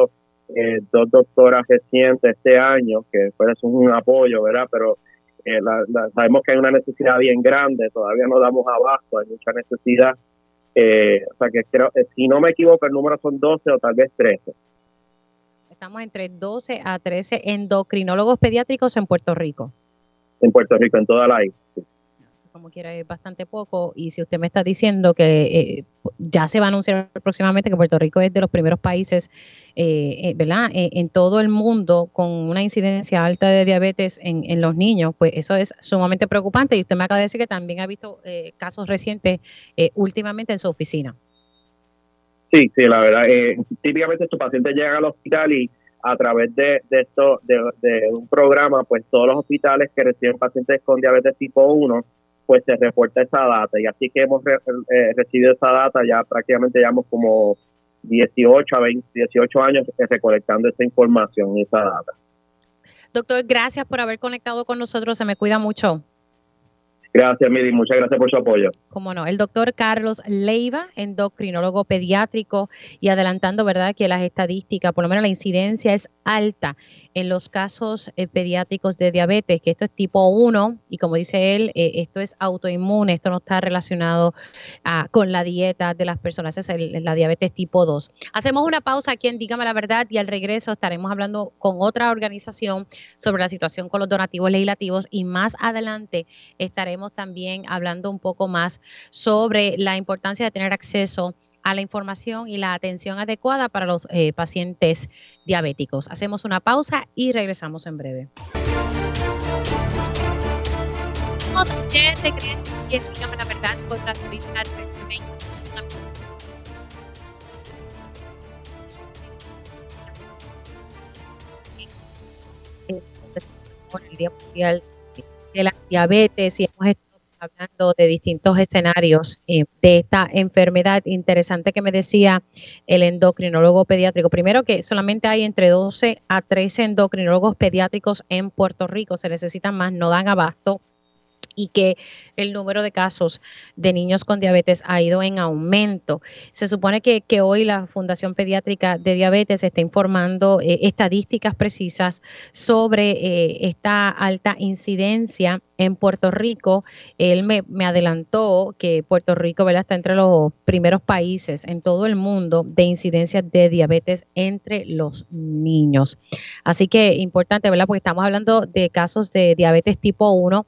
2 doctoras recientes este año, que pues es un apoyo, ¿verdad? Pero sabemos que hay una necesidad bien grande, todavía no damos abasto, hay mucha necesidad. O sea que creo, si no me equivoco, el número son 12 o tal vez 13. Estamos entre 12 a 13 endocrinólogos pediátricos en Puerto Rico. En Puerto Rico, en toda la isla. Sí. Como quiera, es bastante poco. Y si usted me está diciendo que ya se va a anunciar próximamente que Puerto Rico es de los primeros países, ¿verdad?, en todo el mundo con una incidencia alta de diabetes en los niños, pues eso es sumamente preocupante. Y usted me acaba de decir que también ha visto casos recientes últimamente en su oficina. Sí, la verdad. Típicamente estos pacientes llegan al hospital y a través de un programa, pues todos los hospitales que reciben pacientes con diabetes tipo 1, pues se reporta esa data, y así que hemos recibido esa data, ya prácticamente llevamos como 18 años recolectando esa información y esa data. Doctor, gracias por haber conectado con nosotros, se me cuida mucho. Gracias, Miri, muchas gracias por su apoyo. Cómo no, el doctor Carlos Leiva, endocrinólogo pediátrico, y adelantando, ¿verdad?, que las estadísticas, por lo menos la incidencia es alta en los casos pediátricos de diabetes, que esto es tipo 1, y como dice él, esto es autoinmune, esto no está relacionado con la dieta de las personas, es la diabetes tipo 2. Hacemos una pausa aquí en Dígame la Verdad y al regreso estaremos hablando con otra organización sobre la situación con los donativos legislativos, y más adelante estaremos también hablando un poco más sobre la importancia de tener acceso a la información y la atención adecuada para los pacientes diabéticos. Hacemos una pausa y regresamos en breve. Dígame la Verdad contra el Día Mundial de la Diabetes, y hemos estado hablando de distintos escenarios de esta enfermedad. Interesante que me decía el endocrinólogo pediátrico. Primero, que solamente hay entre 12 a 13 endocrinólogos pediátricos en Puerto Rico. Se necesitan más, no dan abasto. Y que el número de casos de niños con diabetes ha ido en aumento. Se supone que hoy la Fundación Pediátrica de Diabetes está informando estadísticas precisas sobre esta alta incidencia en Puerto Rico. Él me adelantó que Puerto Rico, ¿verdad?, está entre los primeros países en todo el mundo de incidencia de diabetes entre los niños. Así que importante, ¿verdad?, porque estamos hablando de casos de diabetes tipo 1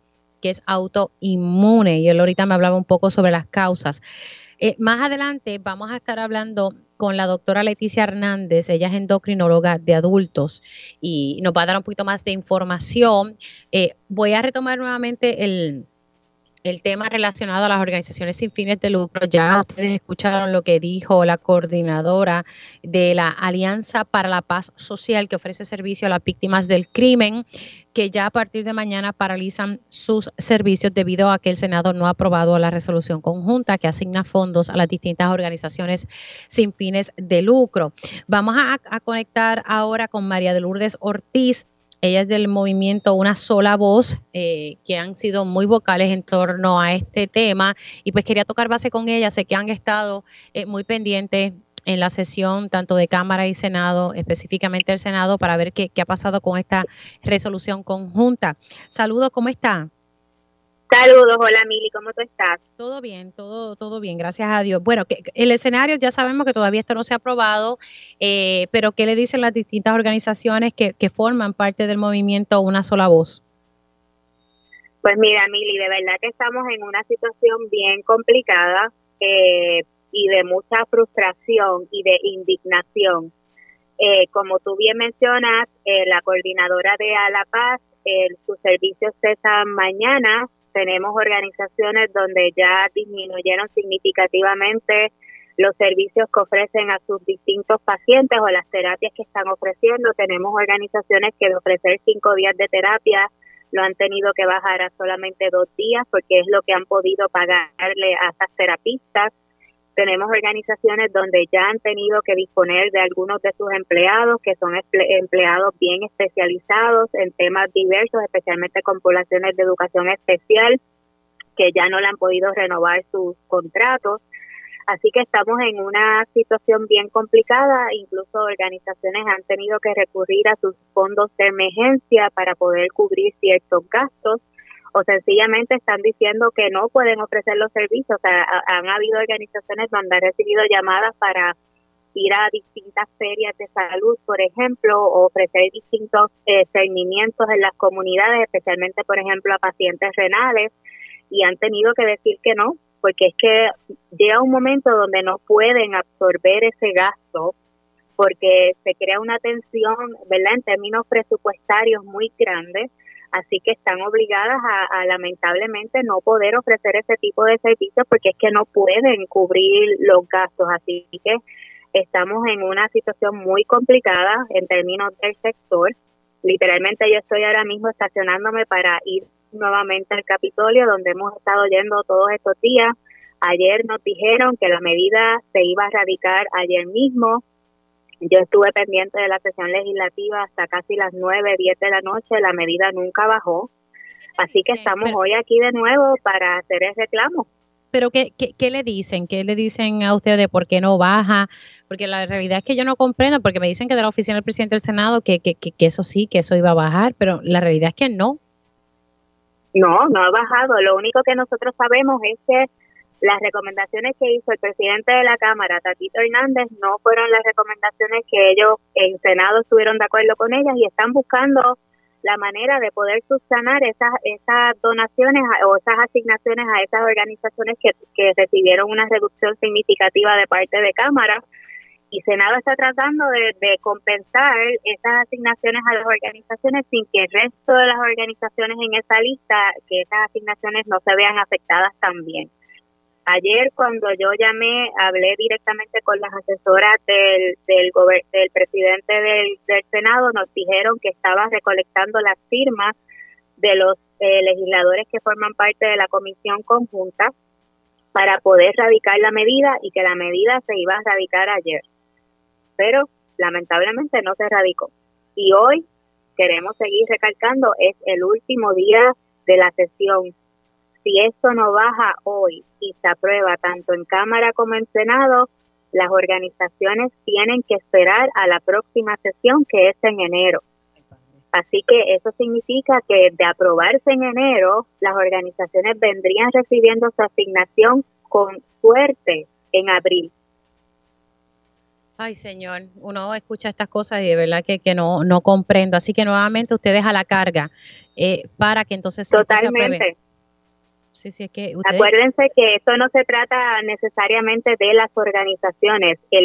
que es autoinmune, y él ahorita me hablaba un poco sobre las causas. Más adelante vamos a estar hablando con la doctora Leticia Hernández, ella es endocrinóloga de adultos y nos va a dar un poquito más de información. Voy a retomar nuevamente el tema relacionado a las organizaciones sin fines de lucro. Ya ustedes escucharon lo que dijo la coordinadora de la Alianza para la Paz Social, que ofrece servicio a las víctimas del crimen, que ya a partir de mañana paralizan sus servicios debido a que el Senado no ha aprobado la resolución conjunta que asigna fondos a las distintas organizaciones sin fines de lucro. Vamos a conectar ahora con María de Lourdes Ortiz. Ella es del movimiento Una Sola Voz, que han sido muy vocales en torno a este tema, y pues quería tocar base con ella. Sé que han estado muy pendientes en la sesión tanto de Cámara y Senado, específicamente el Senado, para ver qué ha pasado con esta resolución conjunta. Saludos, ¿cómo está? Saludos, hola Mili, ¿cómo tú estás? Todo bien, todo bien, gracias a Dios. Bueno, que el escenario ya sabemos que todavía esto no se ha aprobado, pero ¿qué le dicen las distintas organizaciones que forman parte del movimiento Una Sola Voz? Pues mira, Mili, de verdad que estamos en una situación bien complicada y de mucha frustración y de indignación. Como tú bien mencionas, la coordinadora de A la Paz, sus servicios cesan mañana. Tenemos organizaciones donde ya disminuyeron significativamente los servicios que ofrecen a sus distintos pacientes o las terapias que están ofreciendo. Tenemos organizaciones que de ofrecer 5 días de terapia lo han tenido que bajar a solamente 2 días porque es lo que han podido pagarle a esas terapistas. Tenemos organizaciones donde ya han tenido que disponer de algunos de sus empleados, que son empleados bien especializados en temas diversos, especialmente con poblaciones de educación especial, que ya no le han podido renovar sus contratos. Así que estamos en una situación bien complicada. Incluso organizaciones han tenido que recurrir a sus fondos de emergencia para poder cubrir ciertos gastos, o sencillamente están diciendo que no pueden ofrecer los servicios. O sea, han habido organizaciones donde han recibido llamadas para ir a distintas ferias de salud, por ejemplo, o ofrecer distintos seguimientos en las comunidades, especialmente, por ejemplo, a pacientes renales, y han tenido que decir que no, porque es que llega un momento donde no pueden absorber ese gasto, porque se crea una tensión, ¿verdad?, en términos presupuestarios muy grandes. Así que están obligadas a lamentablemente no poder ofrecer ese tipo de servicios porque es que no pueden cubrir los gastos. Así que estamos en una situación muy complicada en términos del sector. Literalmente yo estoy ahora mismo estacionándome para ir nuevamente al Capitolio, donde hemos estado yendo todos estos días. Ayer nos dijeron que la medida se iba a radicar ayer mismo. Yo estuve pendiente de la sesión legislativa hasta casi las 9, 10 de la noche. La medida nunca bajó. Así que estamos hoy aquí de nuevo para hacer el reclamo. Pero ¿qué le dicen? ¿Qué le dicen a ustedes de por qué no baja? Porque la realidad es que yo no comprendo, porque me dicen que de la oficina del presidente del Senado que eso sí, que eso iba a bajar, pero la realidad es que no. No ha bajado. Lo único que nosotros sabemos es que las recomendaciones que hizo el presidente de la Cámara, Tatito Hernández, no fueron las recomendaciones que ellos en Senado estuvieron de acuerdo con ellas y están buscando la manera de poder subsanar esas donaciones o esas asignaciones a esas organizaciones que recibieron una reducción significativa de parte de Cámara. Y Senado está tratando de compensar esas asignaciones a las organizaciones sin que el resto de las organizaciones en esa lista, que esas asignaciones no se vean afectadas también. Ayer cuando yo llamé, hablé directamente con las asesoras del presidente del Senado, nos dijeron que estaba recolectando las firmas de los legisladores que forman parte de la comisión conjunta para poder radicar la medida y que la medida se iba a radicar ayer. Pero lamentablemente no se radicó. Y hoy queremos seguir recalcando, es el último día de la sesión. Si esto no baja hoy y se aprueba tanto en Cámara como en Senado, las organizaciones tienen que esperar a la próxima sesión, que es en enero. Así que eso significa que de aprobarse en enero, las organizaciones vendrían recibiendo su asignación con suerte en abril. Ay, señor, uno escucha estas cosas y de verdad que no comprendo. Así que nuevamente ustedes a la carga para que entonces Totalmente. Sí, es que ustedes... Acuérdense que esto no se trata necesariamente de las organizaciones. El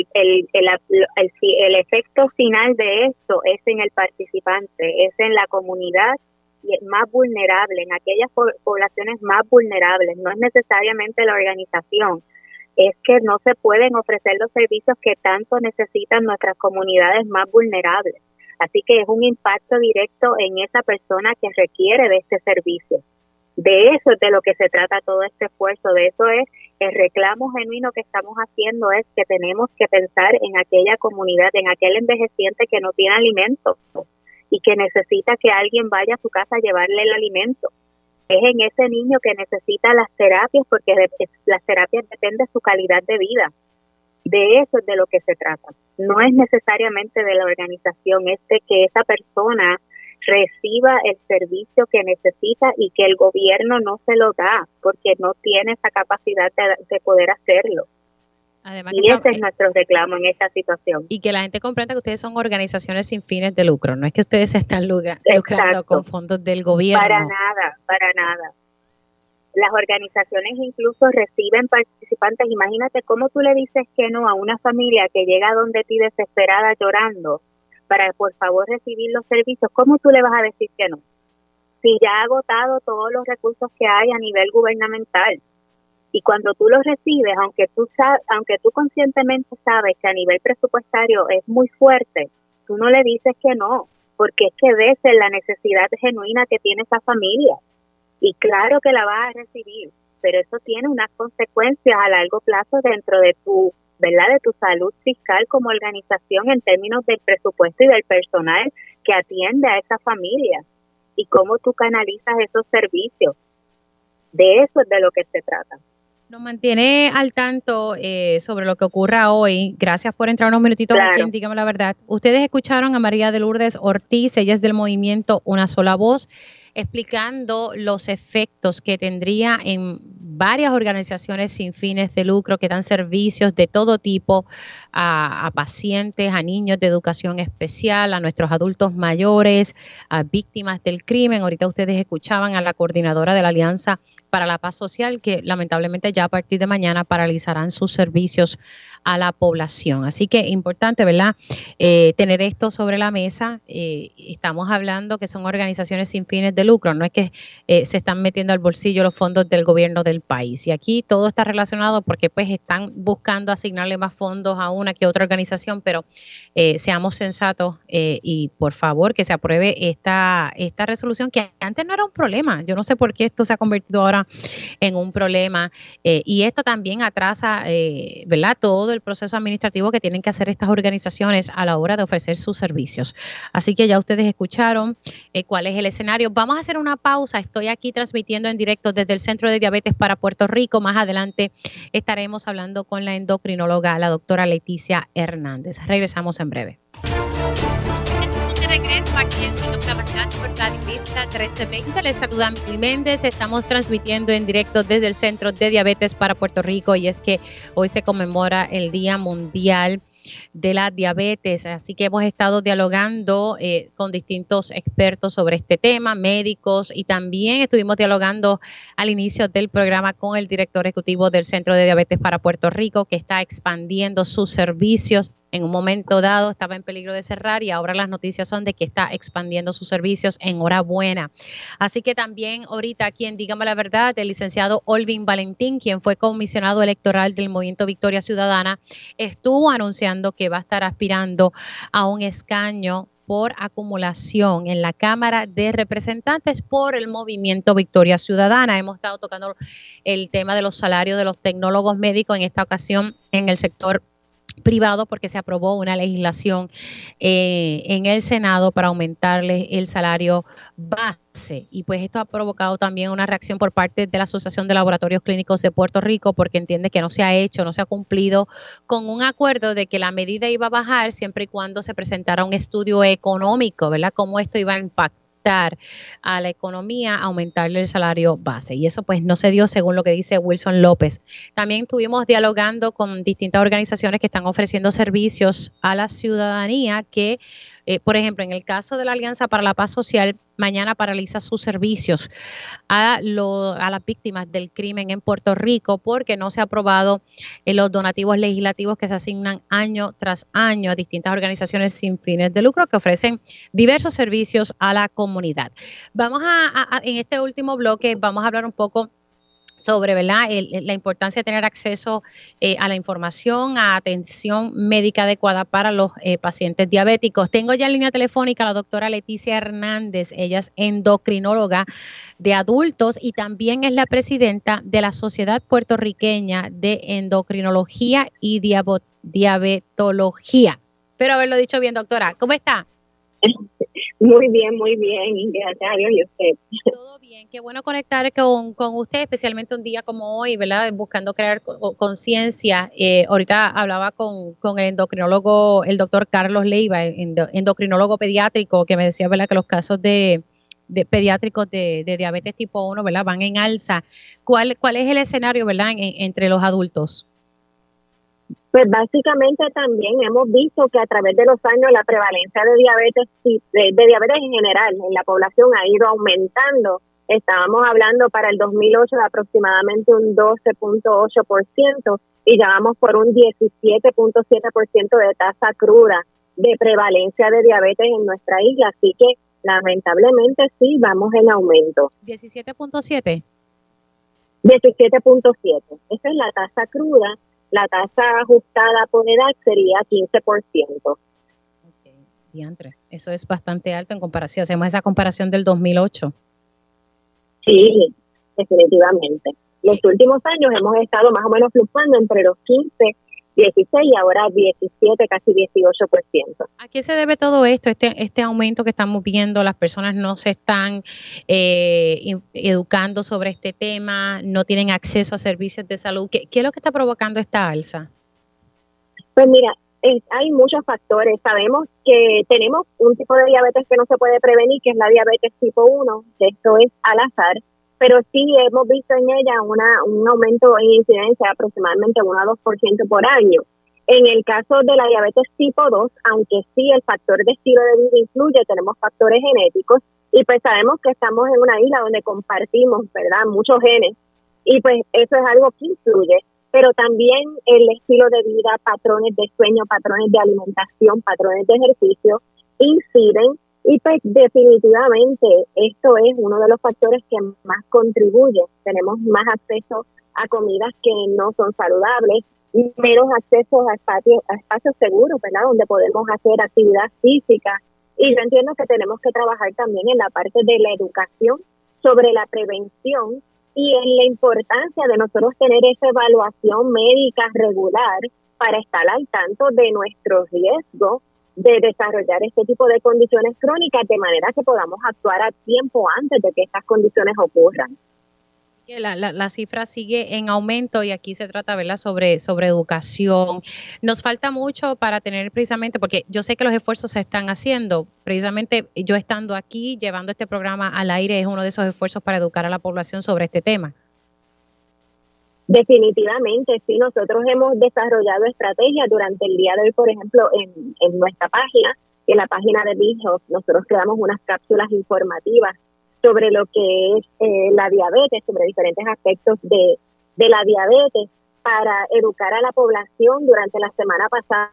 efecto final de esto es en el participante, es en la comunidad más vulnerable, en aquellas poblaciones más vulnerables. No es necesariamente la organización, es que no se pueden ofrecer los servicios que tanto necesitan nuestras comunidades más vulnerables. Así que es un impacto directo en esa persona que requiere de este servicio. De eso es de lo que se trata todo este esfuerzo, de eso es el reclamo genuino que estamos haciendo, es que tenemos que pensar en aquella comunidad, en aquel envejeciente que no tiene alimento y que necesita que alguien vaya a su casa a llevarle el alimento. Es en ese niño que necesita las terapias, porque las terapias dependen de su calidad de vida. De eso es de lo que se trata. No es necesariamente de la organización, es de que esa persona reciba el servicio que necesita y que el gobierno no se lo da porque no tiene esa capacidad de poder hacerlo. Además y ese es nuestro reclamo en esta situación. Y que la gente comprenda que ustedes son organizaciones sin fines de lucro, no es que ustedes se están lucrando con fondos del gobierno. Para nada. Las organizaciones incluso reciben participantes. Imagínate cómo tú le dices que no a una familia que llega donde ti desesperada llorando para por favor recibir los servicios. ¿Cómo tú le vas a decir que no? Si ya ha agotado todos los recursos que hay a nivel gubernamental. Y cuando tú los recibes, aunque tú conscientemente sabes que a nivel presupuestario es muy fuerte, tú no le dices que no, porque es que ves la necesidad genuina que tiene esa familia. Y claro que la vas a recibir, pero eso tiene unas consecuencias a largo plazo dentro de tu, ¿verdad?, de tu salud fiscal como organización en términos del presupuesto y del personal que atiende a esa familia y cómo tú canalizas esos servicios. De eso es de lo que se trata. Nos mantiene al tanto sobre lo que ocurra hoy. Gracias por entrar unos minutitos aquí en Dígame la Verdad. Ustedes escucharon a María de Lourdes Ortiz, ella es del movimiento Una Sola Voz, explicando los efectos que tendría en varias organizaciones sin fines de lucro que dan servicios de todo tipo a pacientes, a niños de educación especial, a nuestros adultos mayores, a víctimas del crimen. Ahorita ustedes escuchaban a la coordinadora de la Alianza para la Paz Social, que lamentablemente ya a partir de mañana paralizarán sus servicios a la población. Así que importante, ¿verdad?, tener esto sobre la mesa. Estamos hablando que son organizaciones sin fines de lucro, no es que se están metiendo al bolsillo los fondos del gobierno del país. Y aquí todo está relacionado porque pues están buscando asignarle más fondos a una que otra organización, pero seamos sensatos y por favor que se apruebe esta resolución que antes no era un problema. Yo no sé por qué esto se ha convertido ahora en un problema y esto también atrasa, ¿verdad?, todo el proceso administrativo que tienen que hacer estas organizaciones a la hora de ofrecer sus servicios. Así que ya ustedes escucharon cuál es el escenario. Vamos a hacer una pausa. Estoy aquí transmitiendo en directo desde el Centro de Diabetes para Puerto Rico. Más adelante estaremos hablando con la endocrinóloga, la doctora Leticia Hernández. Regresamos en breve. Regreso aquí en Dígame la Verdad por Radio Isla 1320. Les saluda Mili Méndez. Estamos transmitiendo en directo desde el Centro de Diabetes para Puerto Rico y es que hoy se conmemora el Día Mundial de la Diabetes, así que hemos estado dialogando con distintos expertos sobre este tema, médicos, y también estuvimos dialogando al inicio del programa con el director ejecutivo del Centro de Diabetes para Puerto Rico, que está expandiendo sus servicios. En un momento dado estaba en peligro de cerrar y ahora las noticias son de que está expandiendo sus servicios. Enhorabuena. Así que también ahorita aquí en Dígame la Verdad, el licenciado Olvin Valentín, quien fue comisionado electoral del Movimiento Victoria Ciudadana, estuvo anunciando que va a estar aspirando a un escaño por acumulación en la Cámara de Representantes por el Movimiento Victoria Ciudadana. Hemos estado tocando el tema de los salarios de los tecnólogos médicos, en esta ocasión en el sector privado, porque se aprobó una legislación en el Senado para aumentarles el salario base. Y pues esto ha provocado también una reacción por parte de la Asociación de Laboratorios Clínicos de Puerto Rico, porque entiende que no se ha hecho, no se ha cumplido con un acuerdo de que la medida iba a bajar siempre y cuando se presentara un estudio económico, ¿verdad? Cómo esto iba a impactar a la economía, aumentarle el salario base. Y eso pues no se dio según lo que dice Wilson López. También estuvimos dialogando con distintas organizaciones que están ofreciendo servicios a la ciudadanía que Por ejemplo, en el caso de la Alianza para la Paz Social, mañana paraliza sus servicios a las víctimas del crimen en Puerto Rico porque no se ha aprobado los donativos legislativos que se asignan año tras año a distintas organizaciones sin fines de lucro que ofrecen diversos servicios a la comunidad. Vamos en este último bloque, vamos a hablar un poco sobre, ¿verdad?, la importancia de tener acceso a la información, a atención médica adecuada para los pacientes diabéticos. Tengo ya en línea telefónica a la doctora Leticia Hernández. Ella es endocrinóloga de adultos y también es la presidenta de la Sociedad Puertorriqueña de Endocrinología y Diabetología. Espero haberlo dicho bien, doctora. ¿Cómo está? Muy bien, gracias a Dios y usted. Todo bien, qué bueno conectar con usted, especialmente un día como hoy, ¿verdad? Buscando crear conciencia. Ahorita hablaba con el endocrinólogo, el doctor Carlos Leiva, endocrinólogo pediátrico, que me decía, ¿verdad?, que los casos de pediátricos de diabetes tipo 1, ¿verdad?, van en alza. ¿Cuál es el escenario, ¿verdad?, entre los adultos? Pues básicamente también hemos visto que a través de los años la prevalencia de diabetes en general en la población ha ido aumentando. Estábamos hablando para el 2008 de aproximadamente un 12.8% y ya vamos por un 17.7% de tasa cruda de prevalencia de diabetes en nuestra isla. Así que lamentablemente sí, vamos en aumento. 17.7. 17.7. Esa es la tasa cruda. La tasa ajustada por edad sería 15%. Okay. Diantre, eso es bastante alto en comparación. Hacemos esa comparación del 2008. Sí, definitivamente. Los últimos años hemos estado más o menos fluctuando entre los 15, 16 y ahora 17, casi 18%. ¿A qué se debe todo esto, este aumento que estamos viendo? Las personas no se están educando sobre este tema, no tienen acceso a servicios de salud. ¿Qué es lo que está provocando esta alza? Pues mira, hay muchos factores. Sabemos que tenemos un tipo de diabetes que no se puede prevenir, que es la diabetes tipo 1, que esto es al azar, pero sí hemos visto en ella un aumento en incidencia de aproximadamente 1 a 2% por año. En el caso de la diabetes tipo 2, aunque sí el factor de estilo de vida influye, tenemos factores genéticos y pues sabemos que estamos en una isla donde compartimos, ¿verdad?, muchos genes y pues eso es algo que influye, pero también el estilo de vida, patrones de sueño, patrones de alimentación, patrones de ejercicio inciden. Y pues definitivamente esto es uno de los factores que más contribuye. Tenemos más acceso a comidas que no son saludables, menos acceso a espacios seguros, ¿verdad?, donde podemos hacer actividad física. Y yo entiendo que tenemos que trabajar también en la parte de la educación sobre la prevención y en la importancia de nosotros tener esa evaluación médica regular para estar al tanto de nuestros riesgos de desarrollar este tipo de condiciones crónicas de manera que podamos actuar a tiempo antes de que estas condiciones ocurran. La cifra sigue en aumento y aquí se trata, ¿verdad?, sobre educación. Nos falta mucho para tener precisamente, porque yo sé que los esfuerzos se están haciendo, precisamente yo estando aquí, llevando este programa al aire, es uno de esos esfuerzos para educar a la población sobre este tema. Definitivamente, sí, nosotros hemos desarrollado estrategias durante el día de hoy, por ejemplo, en nuestra página, en la página de BeHealth, nosotros creamos unas cápsulas informativas sobre lo que es la diabetes, sobre diferentes aspectos de la diabetes, para educar a la población. Durante la semana pasada,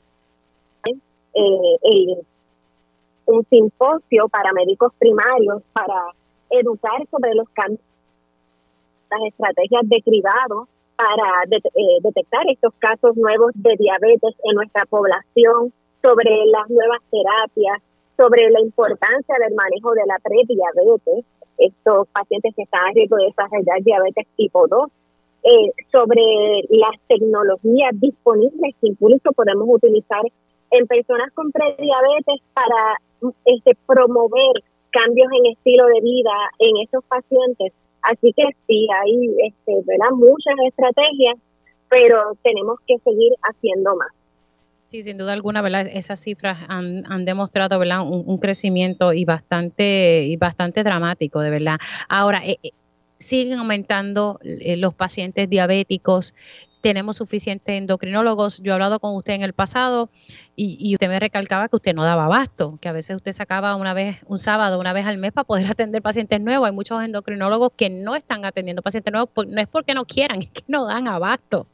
un simposio para médicos primarios para educar sobre los cambios, las estrategias de cribado para detectar estos casos nuevos de diabetes en nuestra población, sobre las nuevas terapias, sobre la importancia del manejo de la prediabetes, estos pacientes que están a riesgo de desarrollar diabetes tipo 2, sobre las tecnologías disponibles que incluso podemos utilizar en personas con prediabetes para promover cambios en estilo de vida en esos pacientes. Así que sí, hay ¿verdad?, muchas estrategias, pero tenemos que seguir haciendo más. Sí, sin duda alguna, ¿verdad? Esas cifras han demostrado, ¿verdad?, un crecimiento y bastante dramático, de verdad. Ahora, siguen aumentando los pacientes diabéticos. tenemos suficientes endocrinólogos. Yo he hablado con usted en el pasado y usted me recalcaba que usted no daba abasto, que a veces usted sacaba un sábado, una vez al mes para poder atender pacientes nuevos. Hay muchos endocrinólogos que no están atendiendo pacientes nuevos, no es porque no quieran, es que no dan abasto.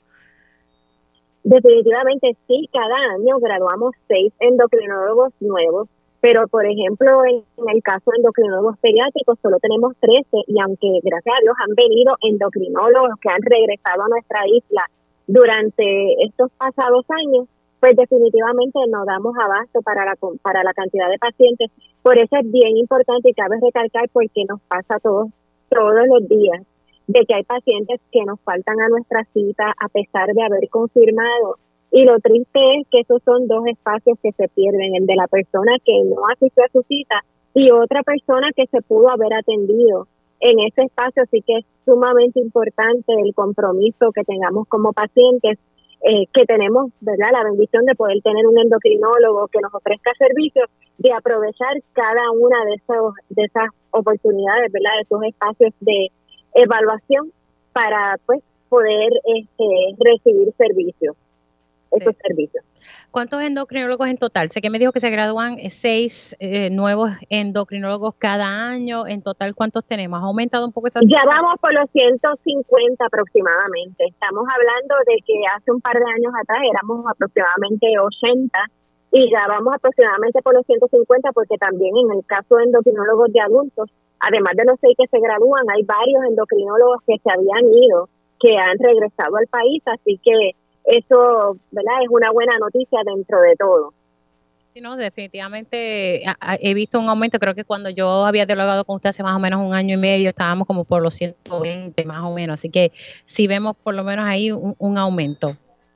Definitivamente sí, cada año graduamos 6 endocrinólogos nuevos, pero por ejemplo en el caso de endocrinólogos pediátricos solo tenemos 13 y aunque gracias a Dios han venido endocrinólogos que han regresado a nuestra isla durante estos pasados años, pues definitivamente no damos abasto para la cantidad de pacientes. Por eso es bien importante y cabe recalcar porque nos pasa todos los días, de que hay pacientes que nos faltan a nuestra cita a pesar de haber confirmado. Y lo triste es que esos son 2 espacios que se pierden, el de la persona que no asistió a su cita y otra persona que se pudo haber atendido en ese espacio. Así que es sumamente importante el compromiso que tengamos como pacientes, que tenemos, ¿verdad?, la bendición de poder tener un endocrinólogo que nos ofrezca servicios, de aprovechar cada una de esas oportunidades, ¿verdad?, de esos espacios de evaluación para pues poder recibir servicios. Esos servicios. ¿Cuántos endocrinólogos en total? Sé que me dijo que se gradúan 6 nuevos endocrinólogos cada año. En total, ¿cuántos tenemos? ¿Ha aumentado un poco esa cifra? Ya vamos por los 150 aproximadamente. Estamos hablando de que hace un par de años atrás éramos aproximadamente 80 y ya vamos aproximadamente por los 150 porque también en el caso de endocrinólogos de adultos, además de los 6 que se gradúan, hay varios endocrinólogos que se habían ido, que han regresado al país, así que eso, ¿verdad?, es una buena noticia dentro de todo. Sí, no, definitivamente he visto un aumento. Creo que cuando yo había dialogado con usted hace más o menos un año y medio, estábamos como por los 120 más o menos. Así que sí vemos por lo menos ahí un aumento.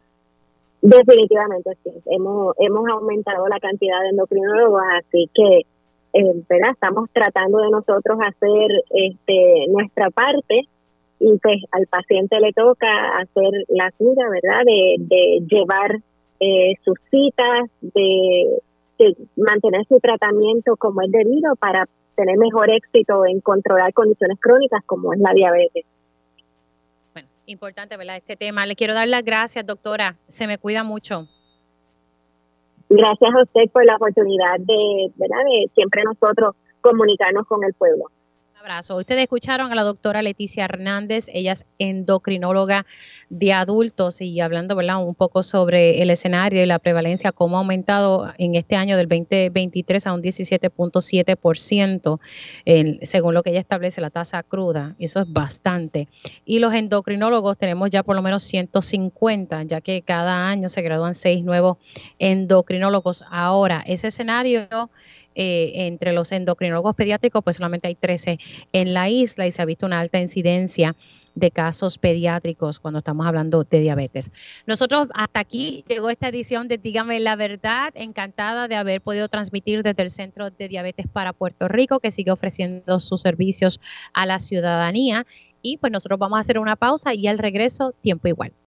Definitivamente sí. Hemos aumentado la cantidad de endocrinólogos, así que ¿verdad?, estamos tratando de nosotros hacer nuestra parte. Y pues al paciente le toca hacer la suya, ¿verdad?, de llevar sus citas, de mantener su tratamiento como es debido para tener mejor éxito en controlar condiciones crónicas como es la diabetes. Bueno, importante, ¿verdad?, este tema. Le quiero dar las gracias, doctora. Se me cuida mucho. Gracias a usted por la oportunidad ¿verdad?, de siempre nosotros comunicarnos con el pueblo. Abrazo. Ustedes escucharon a la doctora Leticia Hernández, ella es endocrinóloga de adultos y hablando, ¿verdad?, un poco sobre el escenario y la prevalencia, cómo ha aumentado en este año del 2023 a un 17.7%, según lo que ella establece la tasa cruda. Eso es bastante. Y los endocrinólogos tenemos ya por lo menos 150, ya que cada año se gradúan 6 nuevos endocrinólogos. Ahora, ese escenario entre los endocrinólogos pediátricos, pues solamente hay 13 en la isla y se ha visto una alta incidencia de casos pediátricos cuando estamos hablando de diabetes. Nosotros hasta aquí llegó esta edición de Dígame la Verdad. Encantada de haber podido transmitir desde el Centro de Diabetes para Puerto Rico, que sigue ofreciendo sus servicios a la ciudadanía. Y pues nosotros vamos a hacer una pausa y al regreso, tiempo igual.